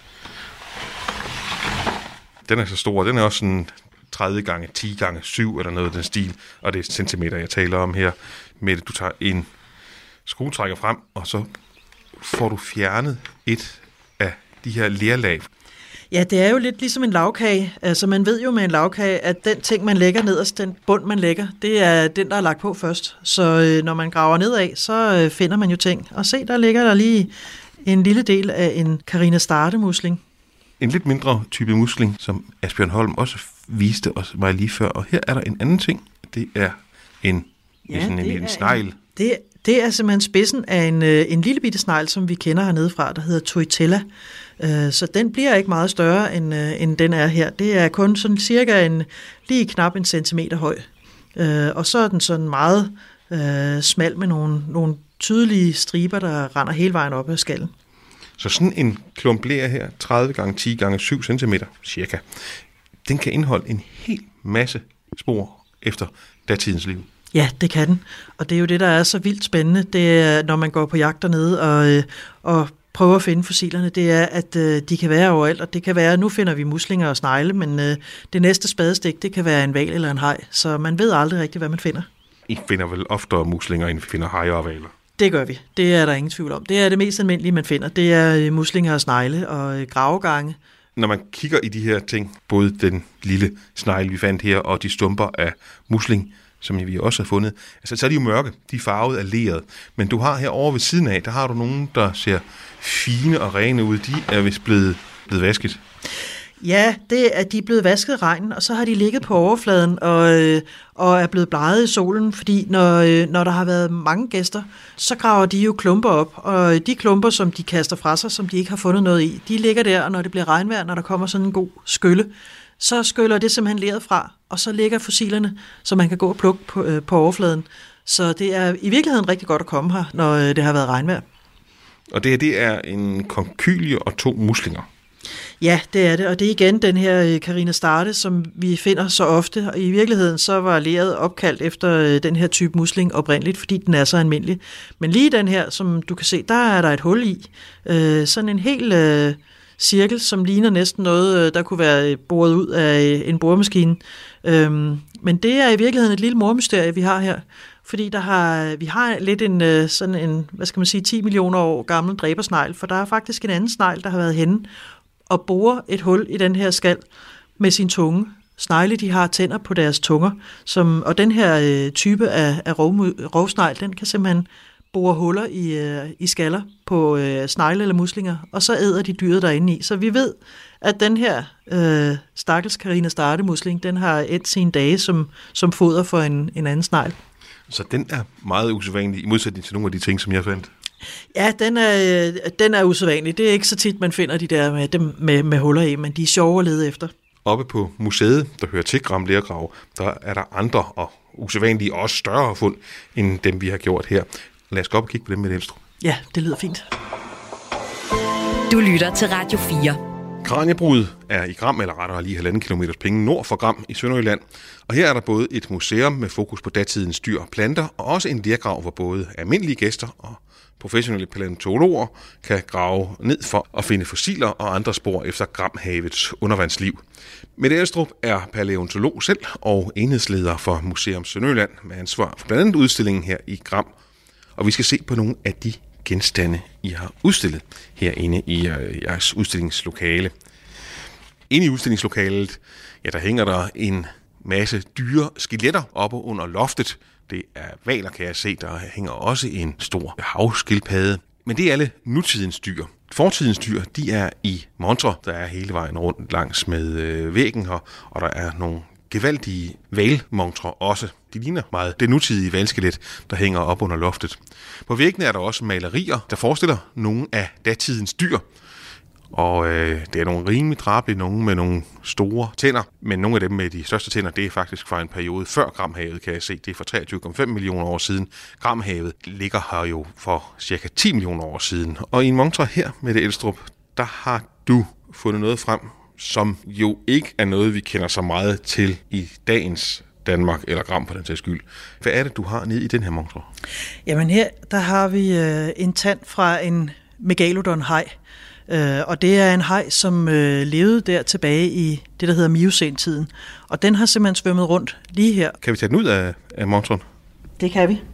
Den er så stor. Den er også sådan tredive gange ti gange syv eller noget af den stil. Og det er centimeter, jeg taler om her. Mette, du tager en skruetrækker frem, og så får du fjernet et af de her lerlag. Ja, det er jo lidt ligesom en lagkage. Altså, man ved jo med en lagkage, at den ting, man lægger nederst, den bund, man lægger, det er den, der er lagt på først. Så øh, når man graver nedad, så øh, finder man jo ting. Og se, der ligger der lige en lille del af en Carina Starte-musling. En lidt mindre type musling, som Asbjørn Holm også viste os mig lige før. Og her er der en anden ting. Det er en, ja, sådan en, en snegl. Det, det er simpelthen spidsen af en, en lille bitte snegl, som vi kender hernede fra, der hedder Toitella. Så den bliver ikke meget større, end, end den er her. Det er kun sådan cirka en, lige knap en centimeter høj. Og så er den sådan meget øh, smal med nogle, nogle tydelige striber, der render hele vejen op ad skallen. Så sådan en klump ler her, tredive gange ti gange syv centimeter cirka, den kan indeholde en hel masse spor efter datidens liv. Ja, det kan den. Og det er jo det, der er så vildt spændende, det er, når man går på jagt dernede og, og prøver at finde fossilerne, det er, at øh, de kan være overalt, og det kan være, nu finder vi muslinger og snegle, men øh, det næste spadestik, det kan være en hval eller en haj, så man ved aldrig rigtigt, hvad man finder. I finder vel oftere muslinger, end vi finder hajer og hvaler? Det gør vi. Det er der ingen tvivl om. Det er det mest almindelige, man finder. Det er muslinger og snegle og gravegange. Når man kigger i de her ting, både den lille snegle, vi fandt her, og de stumper af musling, som vi også har fundet, altså, så er de jo mørke. De er farvet af leret. Men du har her over ved siden af, der har du nogen, der ser fine og rene ud. De er vist blevet, blevet vasket. Ja, det er de er blevet vasket i regnen, og så har de ligget på overfladen og, øh, og er blevet bleget i solen, fordi når, øh, når der har været mange gæster, så graver de jo klumper op, og de klumper, som de kaster fra sig, som de ikke har fundet noget i, de ligger der, og når det bliver regnvejr, når der kommer sådan en god skylle, så skyller det simpelthen leret fra, og så ligger fossilerne, så man kan gå og plukke på, øh, på overfladen. Så det er i virkeligheden rigtig godt at komme her, når øh, det har været regnvejr. Og det her, det er en konkylie og to muslinger. Ja, det er det, og det er igen den her Carina Starte, som vi finder så ofte, og i virkeligheden så var leret opkaldt efter den her type musling oprindeligt, fordi den er så almindelig. Men lige den her, som du kan se, der er der et hul i, øh, sådan en hel øh, cirkel, som ligner næsten noget, der kunne være boret ud af en boremaskine. Øhm, men det er i virkeligheden et lille mormysterie, vi har her, fordi der har, vi har lidt en, sådan en, hvad skal man sige, ti millioner år gammel dræbersnegl, for der er faktisk en anden snegl, der har været henne og borer et hul i den her skal med sin tunge. Snegle, de har tænder på deres tunger, som, og den her øh, type af, af rov, rovsnegl, den kan simpelthen bore huller i, øh, i skaller på øh, snegle eller muslinger, og så æder de dyret derinde i. Så vi ved, at den her øh, stakkels Carina Starte-musling, den har endt sine dage som, som foder for en, en anden snegl. Så den er meget usædvanlig, i modsætning til nogle af de ting, som jeg fandt. Ja, den er, den er usædvanlig. Det er ikke så tit, man finder de der med, dem med, med huller i, men de er sjove at lede efter. Oppe på museet, der hører til Gram Lergrav, der er der andre og usædvanlige og også større fund, end dem vi har gjort her. Lad os gå op og kigge på dem med Elstrup. Ja, det lyder fint. Du lytter til Radio fire. Kraniebrud er i Gram, eller rettere lige halvanden kilometers penge nord for Gram i Sønderjylland. Og her er der både et museum med fokus på datidens dyr og planter, og også en lergrav, hvor både almindelige gæster og professionelle palæontologer kan grave ned for at finde fossiler og andre spor efter Gramhavets undervandsliv. Mette Elstrup er palæontolog selv og enhedsleder for Museum Sønderjylland med ansvar for blandt andet udstillingen her i Gram. Og vi skal se på nogle af de genstande, I har udstillet herinde i jeres udstillingslokale. Inde i udstillingslokalet, ja, der hænger der en masse dyre skeletter oppe under loftet. Det er hvaler, kan jeg se. Der hænger også en stor havskildpadde. Men det er alle nutidens dyr. Fortidens dyr, de er i montrer, der er hele vejen rundt langs med øh, væggen her, og der er nogle gevaldige hvalmontrer også. De ligner meget det nutidige hvalskelet, der hænger op under loftet. På væggene er der også malerier, der forestiller nogle af datidens dyr. Og øh, det er nogle rimelig drabelige, nogle med nogle store tænder, men nogle af dem med de største tænder, det er faktisk fra en periode før Gramhavet, kan jeg se. Det er for treogtyve komma fem millioner år siden. Gramhavet ligger her jo for cirka ti millioner år siden. Og i en montre her, Mette Elstrup, der har du fundet noget frem, som jo ikke er noget, vi kender så meget til i dagens Danmark, eller Gram på den sags skyld. Hvad er det, du har nede i den her montre? Jamen her, der har vi øh, en tand fra en megalodon-haj. Uh, og det er en haj, som uh, levede der tilbage i det, der hedder Miocæn-tiden. Og den har simpelthen svømmet rundt lige her. Kan vi tage den ud af, af montren? Det kan vi.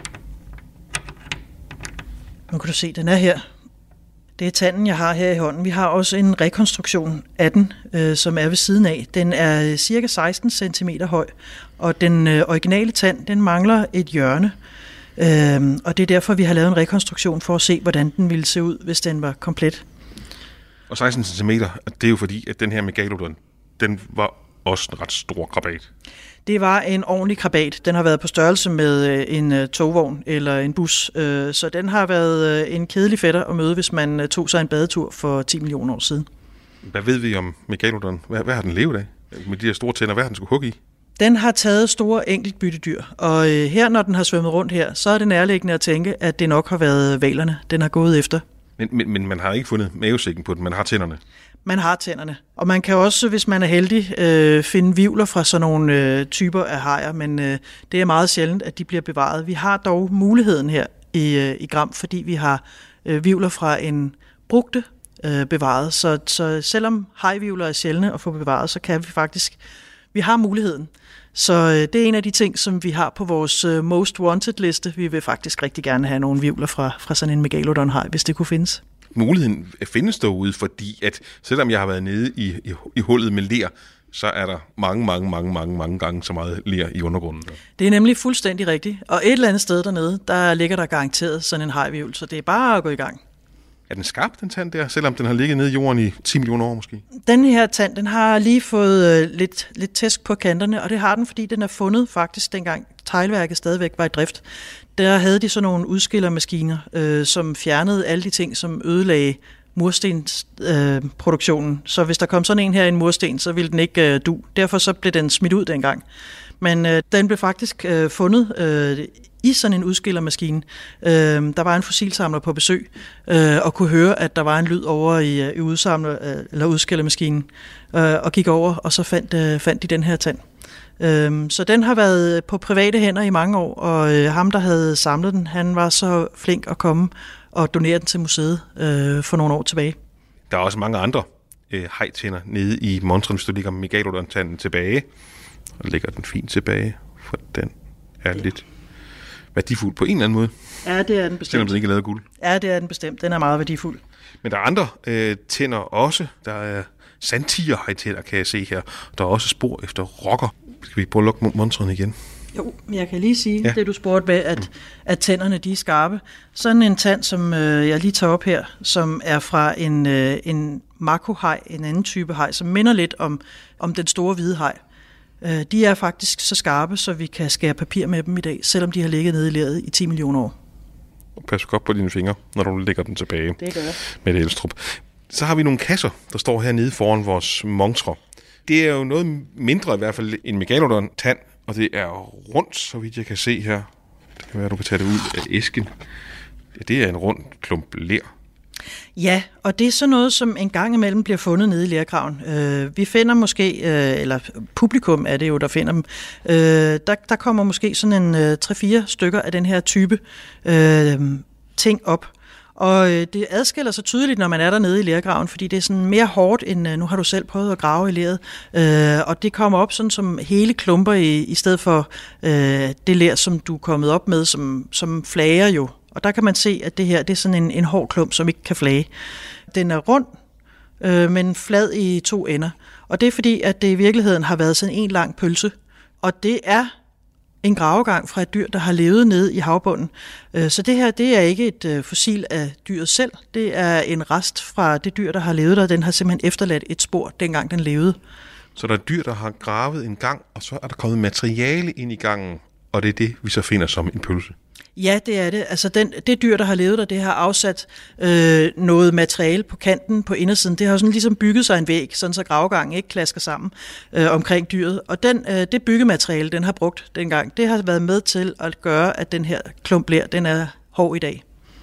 Nu kan du se, den er her. Det er tanden, jeg har her i hånden. Vi har også en rekonstruktion af den, uh, som er ved siden af. Den er cirka seksten centimeter høj, og den uh, originale tand, den mangler et hjørne. Uh, og det er derfor, vi har lavet en rekonstruktion for at se, hvordan den ville se ud, hvis den var komplet. Og seksten centimeter, det er jo fordi, at den her megalodon, den var også en ret stor krabat. Det var en ordentlig krabat. Den har været på størrelse med en togvogn eller en bus, så den har været en kedelig fætter at møde, hvis man tog sig en badetur for ti millioner år siden. Hvad ved vi om megalodon? Hvad, hvad har den levet af? Med de her store tænder, hvad har den skulle hugge i? Den har taget store enkeltbyttedyr, og her, når den har svømmet rundt her, så er det nærliggende at tænke, at det nok har været hvalerne, den har gået efter. Men, men, men man har ikke fundet mavesækken på den, man har tænderne? Man har tænderne, og man kan også, hvis man er heldig, øh, finde hvirvler fra sådan nogle øh, typer af hajer, men øh, det er meget sjældent, at de bliver bevaret. Vi har dog muligheden her i, øh, i Gram, fordi vi har øh, hvirvler fra en brugte øh, bevaret, så, så selvom hajhvirvler er sjældne at få bevaret, så kan vi faktisk, vi har muligheden. Så øh, det er en af de ting, som vi har på vores øh, most wanted liste. Vi vil faktisk rigtig gerne have nogle hvirvler fra, fra sådan en megalodon-haj, hvis det kunne findes. Muligheden findes derude, fordi at selvom jeg har været nede i, i, i hullet med ler, så er der mange, mange, mange, mange, mange gange så meget ler i undergrunden. Der. Det er nemlig fuldstændig rigtigt. Og et eller andet sted dernede, der ligger der garanteret sådan en hajhvirvel, så det er bare at gå i gang. Er den skarp, den tand der, selvom den har ligget nede i jorden i ti millioner år måske? Den her tand, den har lige fået øh, lidt, lidt tæsk på kanterne, og det har den, fordi den er fundet faktisk, dengang teglværket stadigvæk var i drift. Der havde de sådan nogle udskillermaskiner, øh, som fjernede alle de ting, som ødelagde murstensproduktionen. Øh, så hvis der kom sådan en her i en mursten, så ville den ikke øh, du. Derfor så blev den smidt ud dengang. Men øh, den blev faktisk øh, fundet øh, i sådan en udskillermaskine. Øh, der var en fossilsamler på besøg, øh, og kunne høre, at der var en lyd over i, i udsamler, øh, eller udskillermaskinen, øh, og gik over, og så fandt, øh, fandt de den her tand. Øh, så den har været på private hænder i mange år, og øh, ham, der havde samlet den, han var så flink at komme og donere den til museet øh, for nogle år tilbage. Der er også mange andre øh, hajtænder nede i montren, hvis du ligger megalodon-tanden tilbage, og lægger den fint tilbage, for den er lidt værdifuld på en eller anden måde. Ja, det er den bestemt. Selvom den ikke er lavet guld. Ja, det er den bestemt. Den er meget værdifuld. Men der er andre øh, tænder også. Der er sandtigerhajtænder, kan jeg se her. Der er også spor efter rokker. Skal vi prøve at lukke montren igen? Jo, jeg kan lige sige, ja. Det du spurgte med, at, at tænderne de er skarpe. Sådan en tand, som øh, jeg lige tager op her, som er fra en, øh, en makohaj, en anden type haj, som minder lidt om, om den store hvide haj. Øh, de er faktisk så skarpe, så vi kan skære papir med dem i dag, selvom de har ligget nede i leret i ti millioner år. Pas godt på dine fingre, når du lægger dem tilbage. Det gør jeg. Mette Elstrup. Så har vi nogle kasser, der står hernede foran vores montre. Det er jo noget mindre i hvert fald en megalodon-tand, og det er rundt, så vidt jeg kan se her. Det kan være, du kan tage det ud af æsken. Det er en rund klump ler. Ja, og det er sådan noget, som en gang imellem bliver fundet nede i lergraven. Øh, vi finder måske, øh, eller publikum er det jo, der finder dem, øh, der, der kommer måske sådan en øh, tre fire stykker af den her type øh, ting op. Og øh, det adskiller sig tydeligt, når man er dernede i lergraven, fordi det er sådan mere hårdt, end øh, nu har du selv prøvet at grave i leret. Øh, og det kommer op sådan som hele klumper i, i stedet for øh, det ler, som du er kommet op med, som, som flager jo. Og der kan man se, at det her det er sådan en, en hård klump, som ikke kan flage. Den er rund, øh, men flad i to ender. Og det er fordi, at det i virkeligheden har været sådan en lang pølse. Og det er en gravegang fra et dyr, der har levet nede i havbunden. Så det her, det er ikke et fossil af dyret selv. Det er en rest fra det dyr, der har levet der. Den har simpelthen efterladt et spor, dengang den levede. Så der er dyr, der har gravet en gang, og så er der kommet materiale ind i gangen, og det er det, vi så finder som en pølse. Ja, det er det. Altså den, det dyr, der har levet der, det har afsat øh, noget materiale på kanten, på indersiden. Det har jo sådan ligesom bygget sig en væg, sådan så gravegangen ikke klasker sammen øh, omkring dyret. Og den, øh, det byggemateriale, den har brugt dengang, det har været med til at gøre, at den her klump ler, den er hård i dag.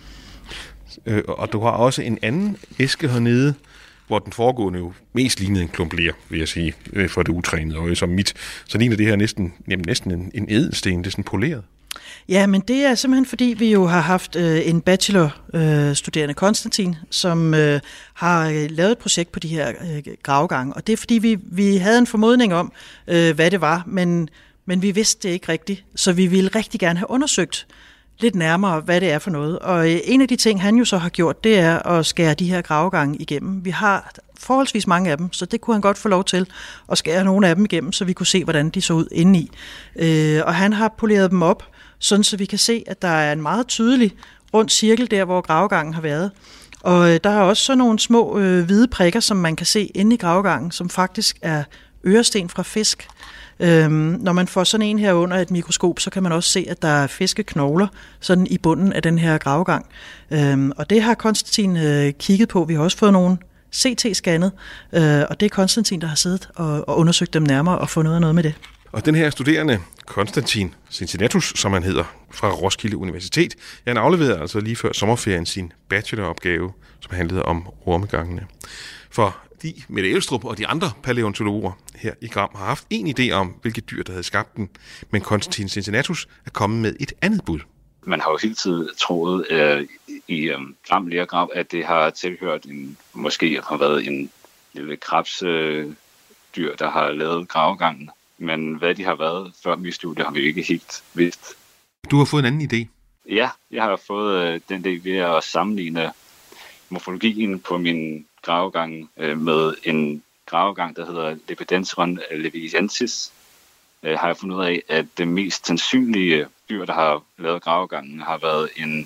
Øh, og du har også en anden æske hernede, hvor den foregående jo mest lignede en klump ler, vil jeg sige, for det utrænede øje som mit. Så ligner det her næsten, jamen næsten en, en ædelsten, det er sådan poleret. Ja, men det er simpelthen fordi, vi jo har haft øh, en bachelorstuderende, øh, Konstantin, som øh, har øh, lavet et projekt på de her øh, gravegange. Og det er fordi, vi, vi havde en formodning om, øh, hvad det var, men, men vi vidste det ikke rigtigt. Så vi ville rigtig gerne have undersøgt lidt nærmere, hvad det er for noget. Og øh, en af de ting, han jo så har gjort, det er at skære de her gravegange igennem. Vi har forholdsvis mange af dem, så det kunne han godt få lov til at skære nogle af dem igennem, så vi kunne se, hvordan de så ud indeni. Øh, og han har poleret dem op, sådan så vi kan se, at der er en meget tydelig rund cirkel der, hvor gravegangen har været. Og øh, der er også sådan nogle små øh, hvide prikker, som man kan se inde i gravegangen, som faktisk er øresten fra fisk. Øhm, når man får sådan en her under et mikroskop, så kan man også se, at der er fiskeknogler sådan i bunden af den her gravegang. Øhm, og det har Konstantin øh, kigget på. Vi har også fået nogle C T-scannet, øh, og det er Konstantin, der har siddet og, og undersøgt dem nærmere og fundet noget med det. Og den her studerende, Konstantin Cincinnatus, som han hedder, fra Roskilde Universitet, han afleverede altså lige før sommerferien sin bacheloropgave, som handlede om ormegangene. For de, Mette Elstrup og de andre palæontologer her i Gram har haft en idé om, hvilke dyr, der havde skabt den, men Konstantin Cincinnatus er kommet med et andet bud. Man har jo hele tiden troet øh, i øh, Gram Lergrav, at det har tilhørt en, måske har været en lille krebsdyr, øh, der har lavet gravegangen. Men hvad de har været før mit studie, har vi ikke helt vidst. Du har fået en anden idé? Ja, jeg har fået øh, den idé ved at sammenligne morfologien på min gravegang øh, med en gravegang, der hedder Lepidendron leviensis. Øh, har jeg fundet ud af, at det mest sandsynlige dyr, der har lavet gravegangen, har været en...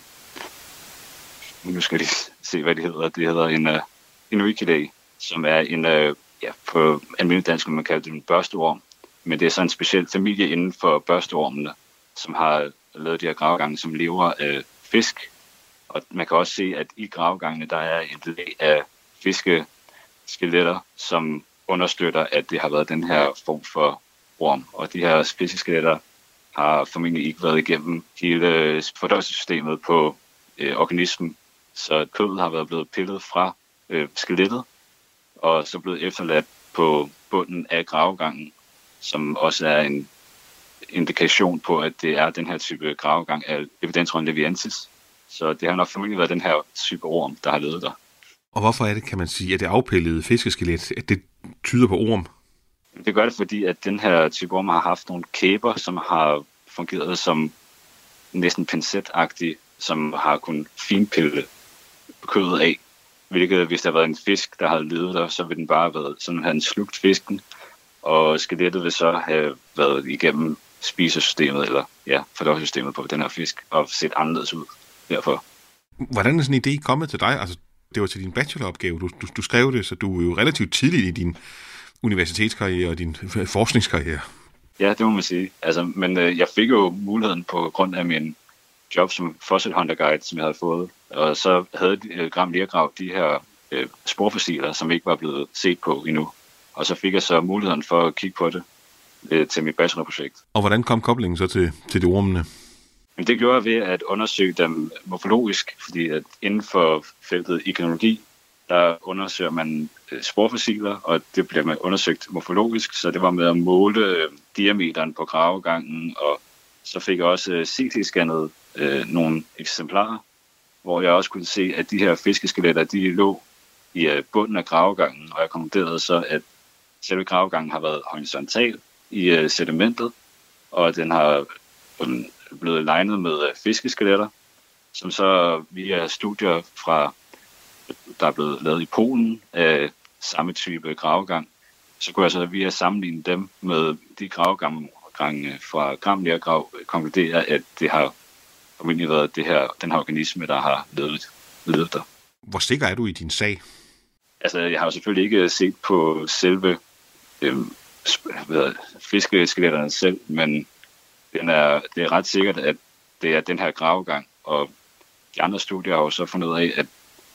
Nu skal jeg se, hvad det hedder. Det hedder en uh, Inuikidae, som er en, uh, ja, på almindelig dansk, man kalder det en børsteorm. Men det er så en speciel familie inden for børsteormene, som har lavet de her gravegange, som lever af fisk. Og man kan også se, at i gravegangene, der er et lag af fiskeskeletter, som understøtter, at det har været den her form for orm. Og de her fiskeskeletter har formentlig ikke været igennem hele fordøjelsessystemet på øh, organismen. Så kødet har været blevet pillet fra øh, skelettet, og så blevet efterladt på bunden af gravegangen, som også er en indikation på, at det er den her type gravegang af Lepidendron leviensis. Så det har nok formentlig været den her type orm, der har levet der. Og hvorfor er det, kan man sige, at det afpillede fiskeskelet, at det tyder på orm? Det gør det, fordi at den her type orm har haft nogle kæber, som har fungeret som næsten pincetagtige, som har kunnet finpille kødet af. Hvilket, hvis der havde været en fisk, der havde levet der, så ville den bare have været, sådan have den slugt fisken, og skelettet vil så have været igennem spisesystemet, eller ja, fordøjelsessystemet på den her fisk, og set anderledes ud derfor. Hvordan er sådan en idé kommet til dig? Altså, det var til din bacheloropgave. Du, du, du skrev det, så du er jo relativt tidligt i din universitetskarriere og din forskningskarriere. Ja, det må man sige. Altså, men øh, jeg fik jo muligheden på grund af min job som fossil hunter guide, som jeg havde fået. Og så havde øh, Gram Lergrav de her øh, sporfossiler, som ikke var blevet set på endnu. Og så fik jeg så muligheden for at kigge på det øh, til mit bachelorprojekt. Og hvordan kom koblingen så til, til de ormene? Men det gjorde jeg ved at undersøge dem morfologisk, fordi at inden for feltet ikinologi, der undersøger man sporfossiler, og det bliver man undersøgt morfologisk, så det var med at måle diameteren på gravegangen, og så fik jeg også C T-scannet øh, nogle eksemplarer, hvor jeg også kunne se, at de her fiskeskeletter, de lå i uh, bunden af gravegangen, og jeg konkluderede så, at selve gravegangen har været horisontal i uh, sedimentet, og den har um, blevet legnet med uh, fiskeskeletter, som så via studier fra, der er blevet lavet i Polen af samme type gravegang, så kunne jeg så via sammenligne dem med de gravegange fra Gram Lergrav konkludere, at det har formentlig været det her, den her organisme, der har levet, levet der. Hvor sikker er du i din sag? Altså, jeg har jo selvfølgelig ikke set på selve øhm, fiskeskeletterne selv, men den er, det er ret sikkert, at det er den her gravegang, og de andre studier har jo så fundet ud af, at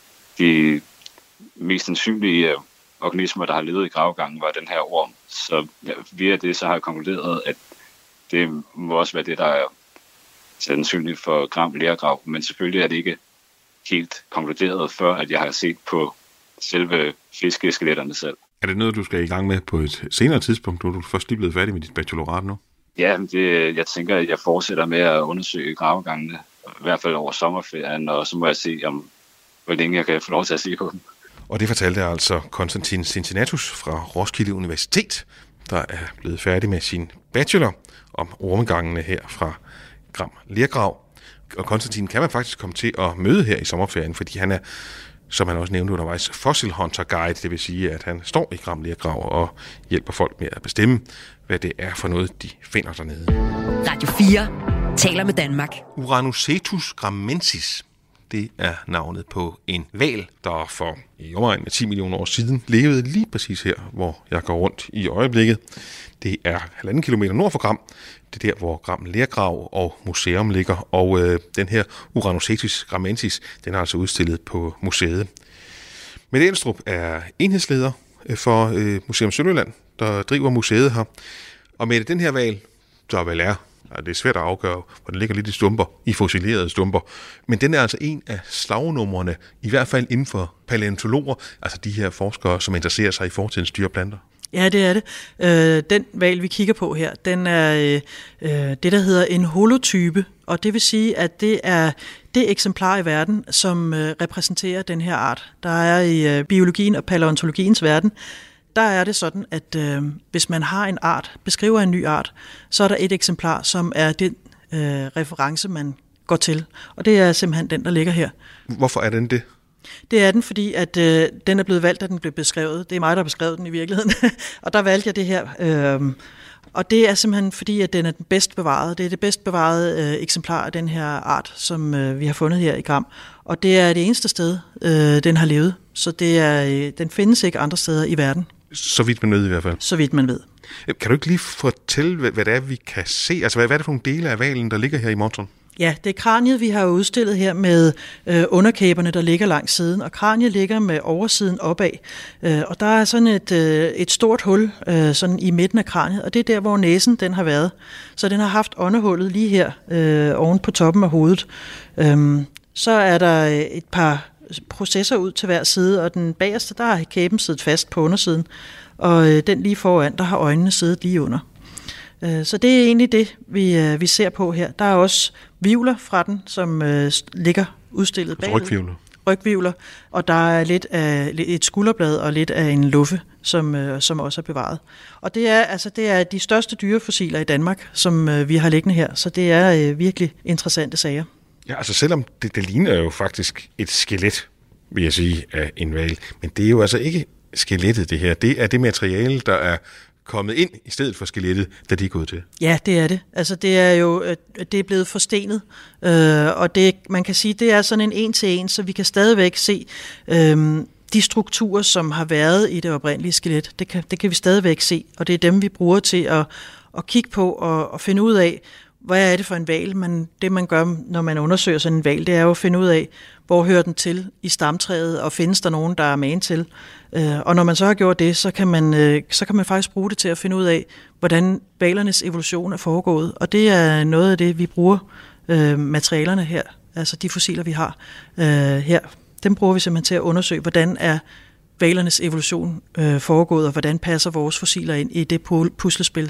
de mest sandsynlige organismer, der har levet i gravegangen, var den her orm. Så ja, via det, så har jeg konkluderet, at det må også være det, der er sandsynligt for Gram Lergrav, men selvfølgelig er det ikke helt konkluderet, før at jeg har set på selve fiskeskeletterne selv. Er det noget, du skal i gang med på et senere tidspunkt, når du først lige blevet færdig med dit bachelorat nu? Ja, det, jeg tænker, at jeg fortsætter med at undersøge gravegangene, i hvert fald over sommerferien, og så må jeg se, om hvor længe jeg kan få lov til at se på dem. Og det fortalte altså Konstantin Cincinnatus fra Roskilde Universitet, der er blevet færdig med sin bachelor om ormegangene her fra Gram Lergrav. Og Konstantin kan man faktisk komme til at møde her i sommerferien, fordi han er, som han også nævnte undervejs, fossil hunter guide, det vil sige, at han står i Gram Lergrav og hjælper folk med at bestemme, hvad det er for noget, de finder dernede. Radio fire taler med Danmark. Uranocetus gramensis, det er navnet på en hval, der for i omegn med ti millioner år siden levede lige præcis her, hvor jeg går rundt i øjeblikket. Det er halvanden kilometer nord for Gram. Det er der, hvor Gram Lergrav og museum ligger. Og øh, den her Uranocetus gramensis, den er altså udstillet på museet. Mette Elstrup er enhedsleder for øh, Museum Sønderjylland, der driver museet her. Og med den her hval, der vel er, det er svært at afgøre, hvor den ligger lidt i stumper, i fossilerede stumper. Men den er altså en af slagnumrene, i hvert fald inden for palæontologer, altså de her forskere, som interesserer sig i fortidens dyr og planter. Ja, det er det. Øh, den hval, vi kigger på her, den er øh, det, der hedder en holotype, og det vil sige, at det er det eksemplar i verden, som øh, repræsenterer den her art. Der er i øh, biologien og palæontologiens verden, der er det sådan, at øh, hvis man har en art, beskriver en ny art, så er der et eksemplar, som er den øh, reference, man går til. Og det er simpelthen den, der ligger her. Hvorfor er den det? Det er den, fordi at øh, den er blevet valgt, da den blev beskrevet. Det er mig, der har beskrevet den i virkeligheden. Og der valgte jeg det her. Øh, og det er simpelthen fordi, at den er den bedst bevarede. Det er det bedst bevarede øh, eksemplar af den her art, som øh, vi har fundet her i Gram. Og det er det eneste sted, øh, den har levet. Så det er, øh, den findes ikke andre steder i verden. Så vidt man ved i hvert fald. Så vidt man ved. Kan du ikke lige fortælle, hvad, hvad det er, vi kan se? Altså, hvad, hvad er det for nogle dele af hvalen, der ligger her i montren? Ja, det er kraniet, vi har udstillet her med øh, underkæberne, der ligger langs siden, og kraniet ligger med oversiden opad. Øh, og der er sådan et, øh, et stort hul øh, sådan i midten af kraniet, og det er der, hvor næsen den har været. Så den har haft åndehullet lige her øh, oven på toppen af hovedet. Øh, så er der et par processer ud til hver side, og den bagerste, der har kæben siddet fast på undersiden, og øh, den lige foran, der har øjnene siddet lige under. Øh, så det er egentlig det, vi, øh, vi ser på her. Der er også vivler fra den, som øh, ligger udstillet bagved. Rygvivler. Rygvivler, og der er lidt af et skulderblad og lidt af en luffe, som, øh, som også er bevaret. Og det er, altså, det er de største dyrefossiler i Danmark, som øh, vi har liggende her, så det er øh, virkelig interessante sager. Ja, altså selvom det, det ligner jo faktisk et skelet, vil jeg sige, af en hval, men det er jo altså ikke skelettet, det her. Det er det materiale, der er kommet ind i stedet for skelettet, da de er gået til. Ja, det er det. Altså det er jo det er blevet forstenet, øh, og det man kan sige, det er sådan en en til en, så vi kan stadigvæk se øh, de strukturer, som har været i det oprindelige skelet. Det kan det kan vi stadigvæk se, og det er dem vi bruger til at at kigge på og, og finde ud af, hvad er det for en hval? Man, det man gør, når man undersøger sådan en hval, det er jo at finde ud af, hvor hører den til i stamtræet, og findes der nogen, der er magen til. Øh, og når man så har gjort det, så kan, man, øh, så kan man faktisk bruge det til at finde ud af, hvordan hvalernes evolution er foregået. Og det er noget af det, vi bruger øh, materialerne her, altså de fossiler, vi har øh, her. Dem bruger vi simpelthen til at undersøge, hvordan er hvalernes evolution øh, foregået, og hvordan passer vores fossiler ind i det puslespil.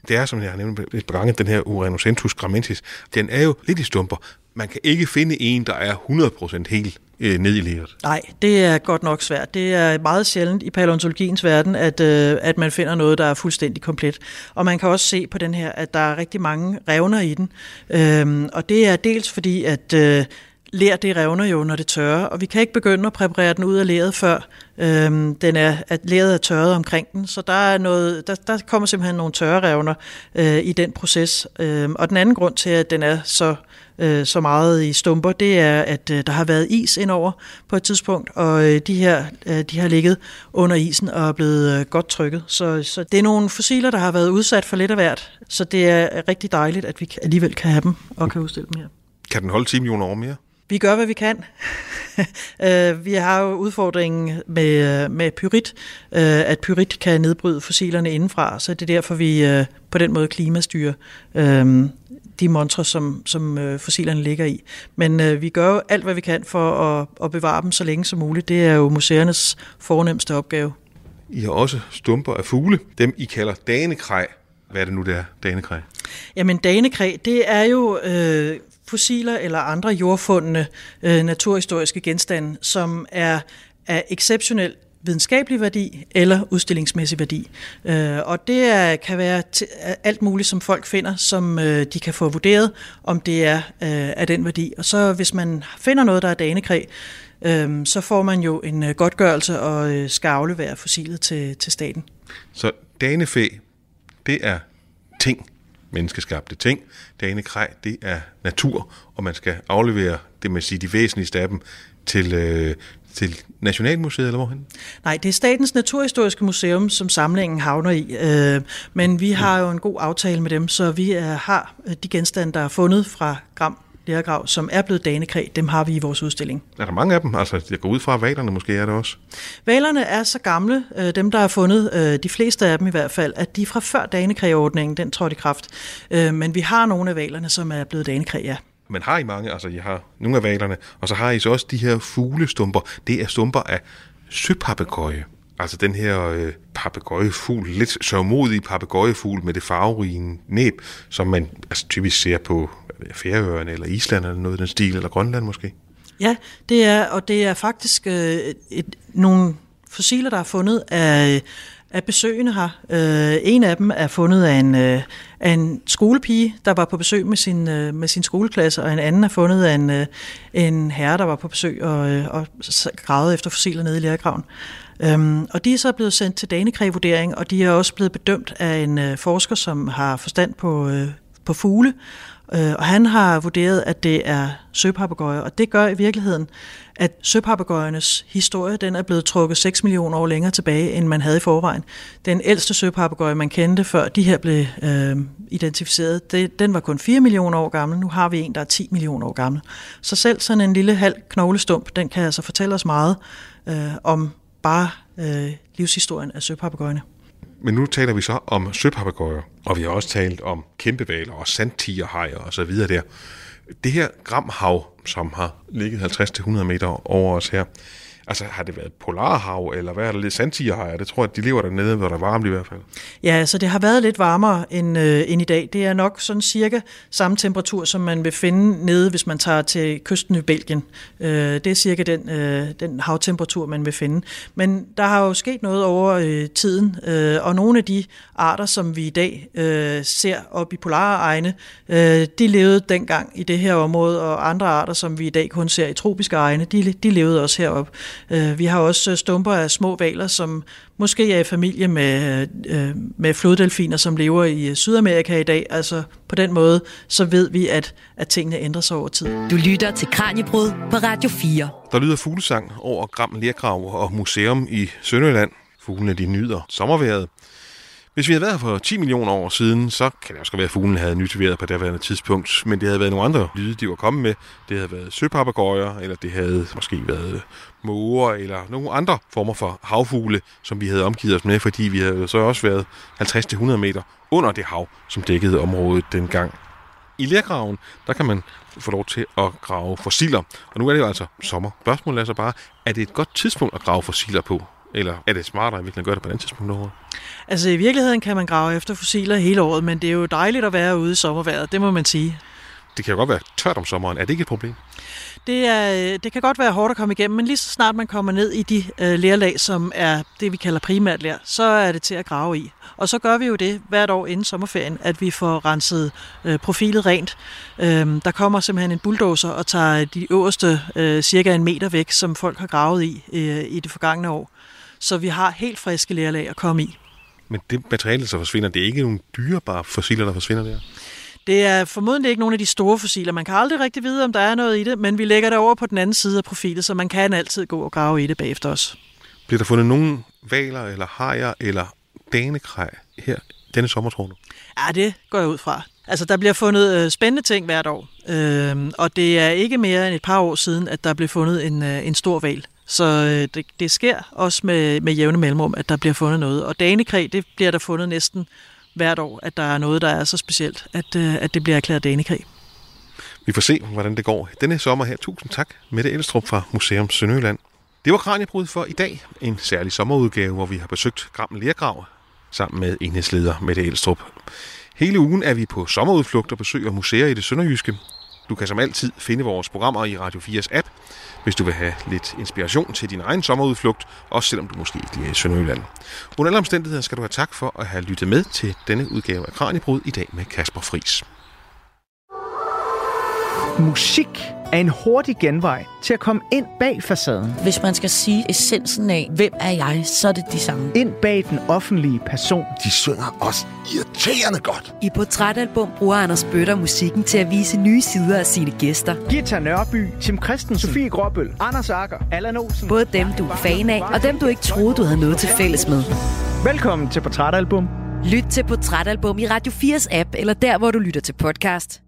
det er, som jeg har nævnt et par gange, den her Uranocentrus gramentis, den er jo lidt i stumper. Man kan ikke finde en, der er hundrede procent helt øh, ned i leret. Nej, det er godt nok svært. Det er meget sjældent i palæontologiens verden, at, øh, at man finder noget, der er fuldstændig komplet. Og man kan også se på den her, at der er rigtig mange revner i den. Øhm, og det er dels fordi, at øh, ler, det revner jo, når det tørrer, og vi kan ikke begynde at præparere den ud af leret, før øhm, den er, at leret er tørret omkring den. Så der, er noget, der, der kommer simpelthen nogle tørre revner øh, i den proces. Øhm, og den anden grund til, at den er så øh, så meget i stumper, det er, at øh, der har været is indover på et tidspunkt, og øh, de her øh, de har ligget under isen og er blevet øh, godt trykket. Så, så det er nogle fossiler, der har været udsat for lidt af hvert, så det er rigtig dejligt, at vi alligevel kan have dem og kan udstille dem her. Kan den holde ti millioner år mere? Vi gør, hvad vi kan. Vi har jo udfordringen med, med pyrit, at pyrit kan nedbryde fossilerne indenfra, så det er derfor, vi på den måde klimastyrer de montrer, som, som fossilerne ligger i. Men vi gør jo alt, hvad vi kan for at, at bevare dem så længe som muligt. Det er jo museernes fornemste opgave. I har også stumper af fugle, dem I kalder danekræ. Hvad er det nu, det er, danekræ? Jamen, danekræ, det er jo øh, fossiler eller andre jordfundne øh, naturhistoriske genstande, som er af exceptionel videnskabelig værdi eller udstillingsmæssig værdi. Øh, og det er, kan være t- alt muligt, som folk finder, som øh, de kan få vurderet, om det er øh, af den værdi. Og så hvis man finder noget, der er danekræ, øh, så får man jo en øh, godtgørelse og øh, skal aflevere fossilet til, til staten. Så danefæ, det er ting, menneskeskabte ting. Danekræ, det er natur, og man skal aflevere, det man siger, de væsentligste af dem til, øh, til Nationalmuseet, eller hvorhen? Nej, det er Statens Naturhistoriske Museum, som samlingen havner i. Øh, men vi har jo en god aftale med dem, så vi er, har de genstande, der er fundet fra Gram lergrav, som er blevet danekræ, dem har vi i vores udstilling. Er der mange af dem? Altså, jeg går ud fra, hvalerne måske er det også. Hvalerne er så gamle, dem der er fundet, de fleste af dem i hvert fald, at de er fra før danekræ-ordningen, den trådte i kraft. Men vi har nogle af hvalerne, som er blevet danekræ, ja. Men har I mange? Altså, I har nogle af hvalerne, og så har I så også de her fuglestumper. Det er stumper af søpapegøje. Altså den her øh, papegøjefugl, lidt sørgmodige papegøjefugl med det farverige næb, som man altså, typisk ser på Færøerne eller Island eller noget i den stil, eller Grønland måske. Ja, det er, og det er faktisk øh, et, nogle fossiler, der er fundet af, af besøgende her. Øh, en af dem er fundet af en, øh, af en skolepige, der var på besøg med sin, øh, med sin skoleklasse, og en anden er fundet af en, øh, en herre, der var på besøg og, øh, og gravede efter fossiler nede i lergraven. Øhm, og de er så blevet sendt til danekræ-vurdering, og de er også blevet bedømt af en øh, forsker, som har forstand på, øh, på fugle, øh, og han har vurderet, at det er søpapegøjer, og det gør i virkeligheden, at søpapegøjernes historie, den er blevet trukket seks millioner år længere tilbage, end man havde i forvejen. Den ældste søpapegøje, man kendte, før de her blev øh, identificeret, det, den var kun fire millioner år gammel. Nu har vi en, der er ti millioner år gammel. Så selv sådan en lille halv knoglestump, den kan altså fortælle os meget øh, om bare øh, livshistorien af søpapegøjerne. Men nu taler vi så om søpapegøjer, og vi har også talt om kæmpehvaler og sandtigerhajer og så videre der. Det her Gramhav, som har ligget halvtreds til hundrede meter over os her, altså har det været polarhav, eller hvad er det lidt sandtigerhajer? Det tror jeg, de lever dernede, hvor der er varmt i hvert fald. Ja, så det har været lidt varmere end, øh, end i dag. Det er nok sådan cirka samme temperatur, som man vil finde nede, hvis man tager til kysten i Belgien. Øh, det er cirka den, øh, den havtemperatur, man vil finde. Men der har jo sket noget over øh, tiden, øh, og nogle af de arter, som vi i dag øh, ser op i polare egne, øh, de levede dengang i det her område, og andre arter, som vi i dag kun ser i tropiske egne, de, de levede også heroppe. Vi har også stumper af små hvaler, som måske er i familie med, med floddelfiner, som lever i Sydamerika i dag. Altså på den måde, så ved vi, at, at tingene ændrer sig over tid. Du lytter til Kraniebrud på Radio fire. Der lyder fuglesang over Gram lergrav og museum i Sønderjylland. Fuglene, de nyder sommervejret. Hvis vi havde været her for ti millioner år siden, så kan det også være, at fuglene havde nyteveret på det daværende tidspunkt, men det havde været nogle andre lyde, de var kommet med. Det havde været søpapegøjer, eller det havde måske været måger, eller nogle andre former for havfugle, som vi havde omgivet os med, fordi vi havde så også været halvtreds til hundrede meter under det hav, som dækkede området dengang. I lergraven, der kan man få lov til at grave fossiler, og nu er det jo altså sommer. Spørgsmålet er så bare, er det et godt tidspunkt at grave fossiler på Eller er det smartere, at vi kan gøre det på den tidspunkt overhovedet? Altså i virkeligheden kan man grave efter fossiler hele året, men det er jo dejligt at være ude i sommervejret, det må man sige. Det kan jo godt være tørt om sommeren. Er det ikke et problem? Det, er, det kan godt være hårdt at komme igennem, men lige så snart man kommer ned i de øh, lerlag, som er det, vi kalder primært ler, så er det til at grave i. Og så gør vi jo det hvert år inden sommerferien, at vi får renset øh, profilet rent. Øhm, der kommer simpelthen en bulldozer og tager de øverste øh, cirka en meter væk, som folk har gravet i øh, i det forgangne år. Så vi har helt friske lerlag at komme i. Men det materiale, der forsvinder, det er ikke nogle dyrebare fossiler, der forsvinder der? Det er formodentlig ikke nogle af de store fossiler. Man kan aldrig rigtig vide, om der er noget i det, men vi lægger det over på den anden side af profilet, så man kan altid gå og grave i det bagefter os. Bliver der fundet nogle hvaler eller hajer eller danekrej her denne sommer, tror du? Ja, det går jeg ud fra. Altså, der bliver fundet øh, spændende ting hvert år, øh, og det er ikke mere end et par år siden, at der blev fundet en, øh, en stor hval. Så øh, det, det sker også med, med jævne mellemrum, at der bliver fundet noget. Og danekræ, det bliver der fundet næsten hvert år, at der er noget, der er så specielt, at, øh, at det bliver erklæret danekræ. Vi får se, hvordan det går denne sommer her. Tusind tak, Mette Elstrup fra Museum Sønderjylland. Det var Kraniebrud for i dag. En særlig sommerudgave, hvor vi har besøgt Gram Lergrav sammen med enhedsleder Mette Elstrup. Hele ugen er vi på sommerudflugt og besøger museer i det sønderjyske. Du kan som altid finde vores programmer i Radio fires app, hvis du vil have lidt inspiration til din egen sommerudflugt, også selvom du måske ikke er i Sønderjylland. Under alle omstændigheder skal du have tak for at have lyttet med til denne udgave af Kraniebrud i dag med Kasper Friis. Musik er en hurtig genvej til at komme ind bag facaden. Hvis man skal sige essensen af, hvem er jeg, så er det de samme. Ind bag den offentlige person. De synger også irriterende godt. I Portrætalbum bruger Anders Bøtter musikken til at vise nye sider af sine gæster. Gita Nørby, Tim Christensen, Sofie Gråbøl, Anders Akker, Allan Olsen. Både dem, du er fan af, og dem, du ikke troede, du havde noget til fælles med. Velkommen til Portrætalbum. Lyt til Portrætalbum i Radio fires app, eller der, hvor du lytter til podcast.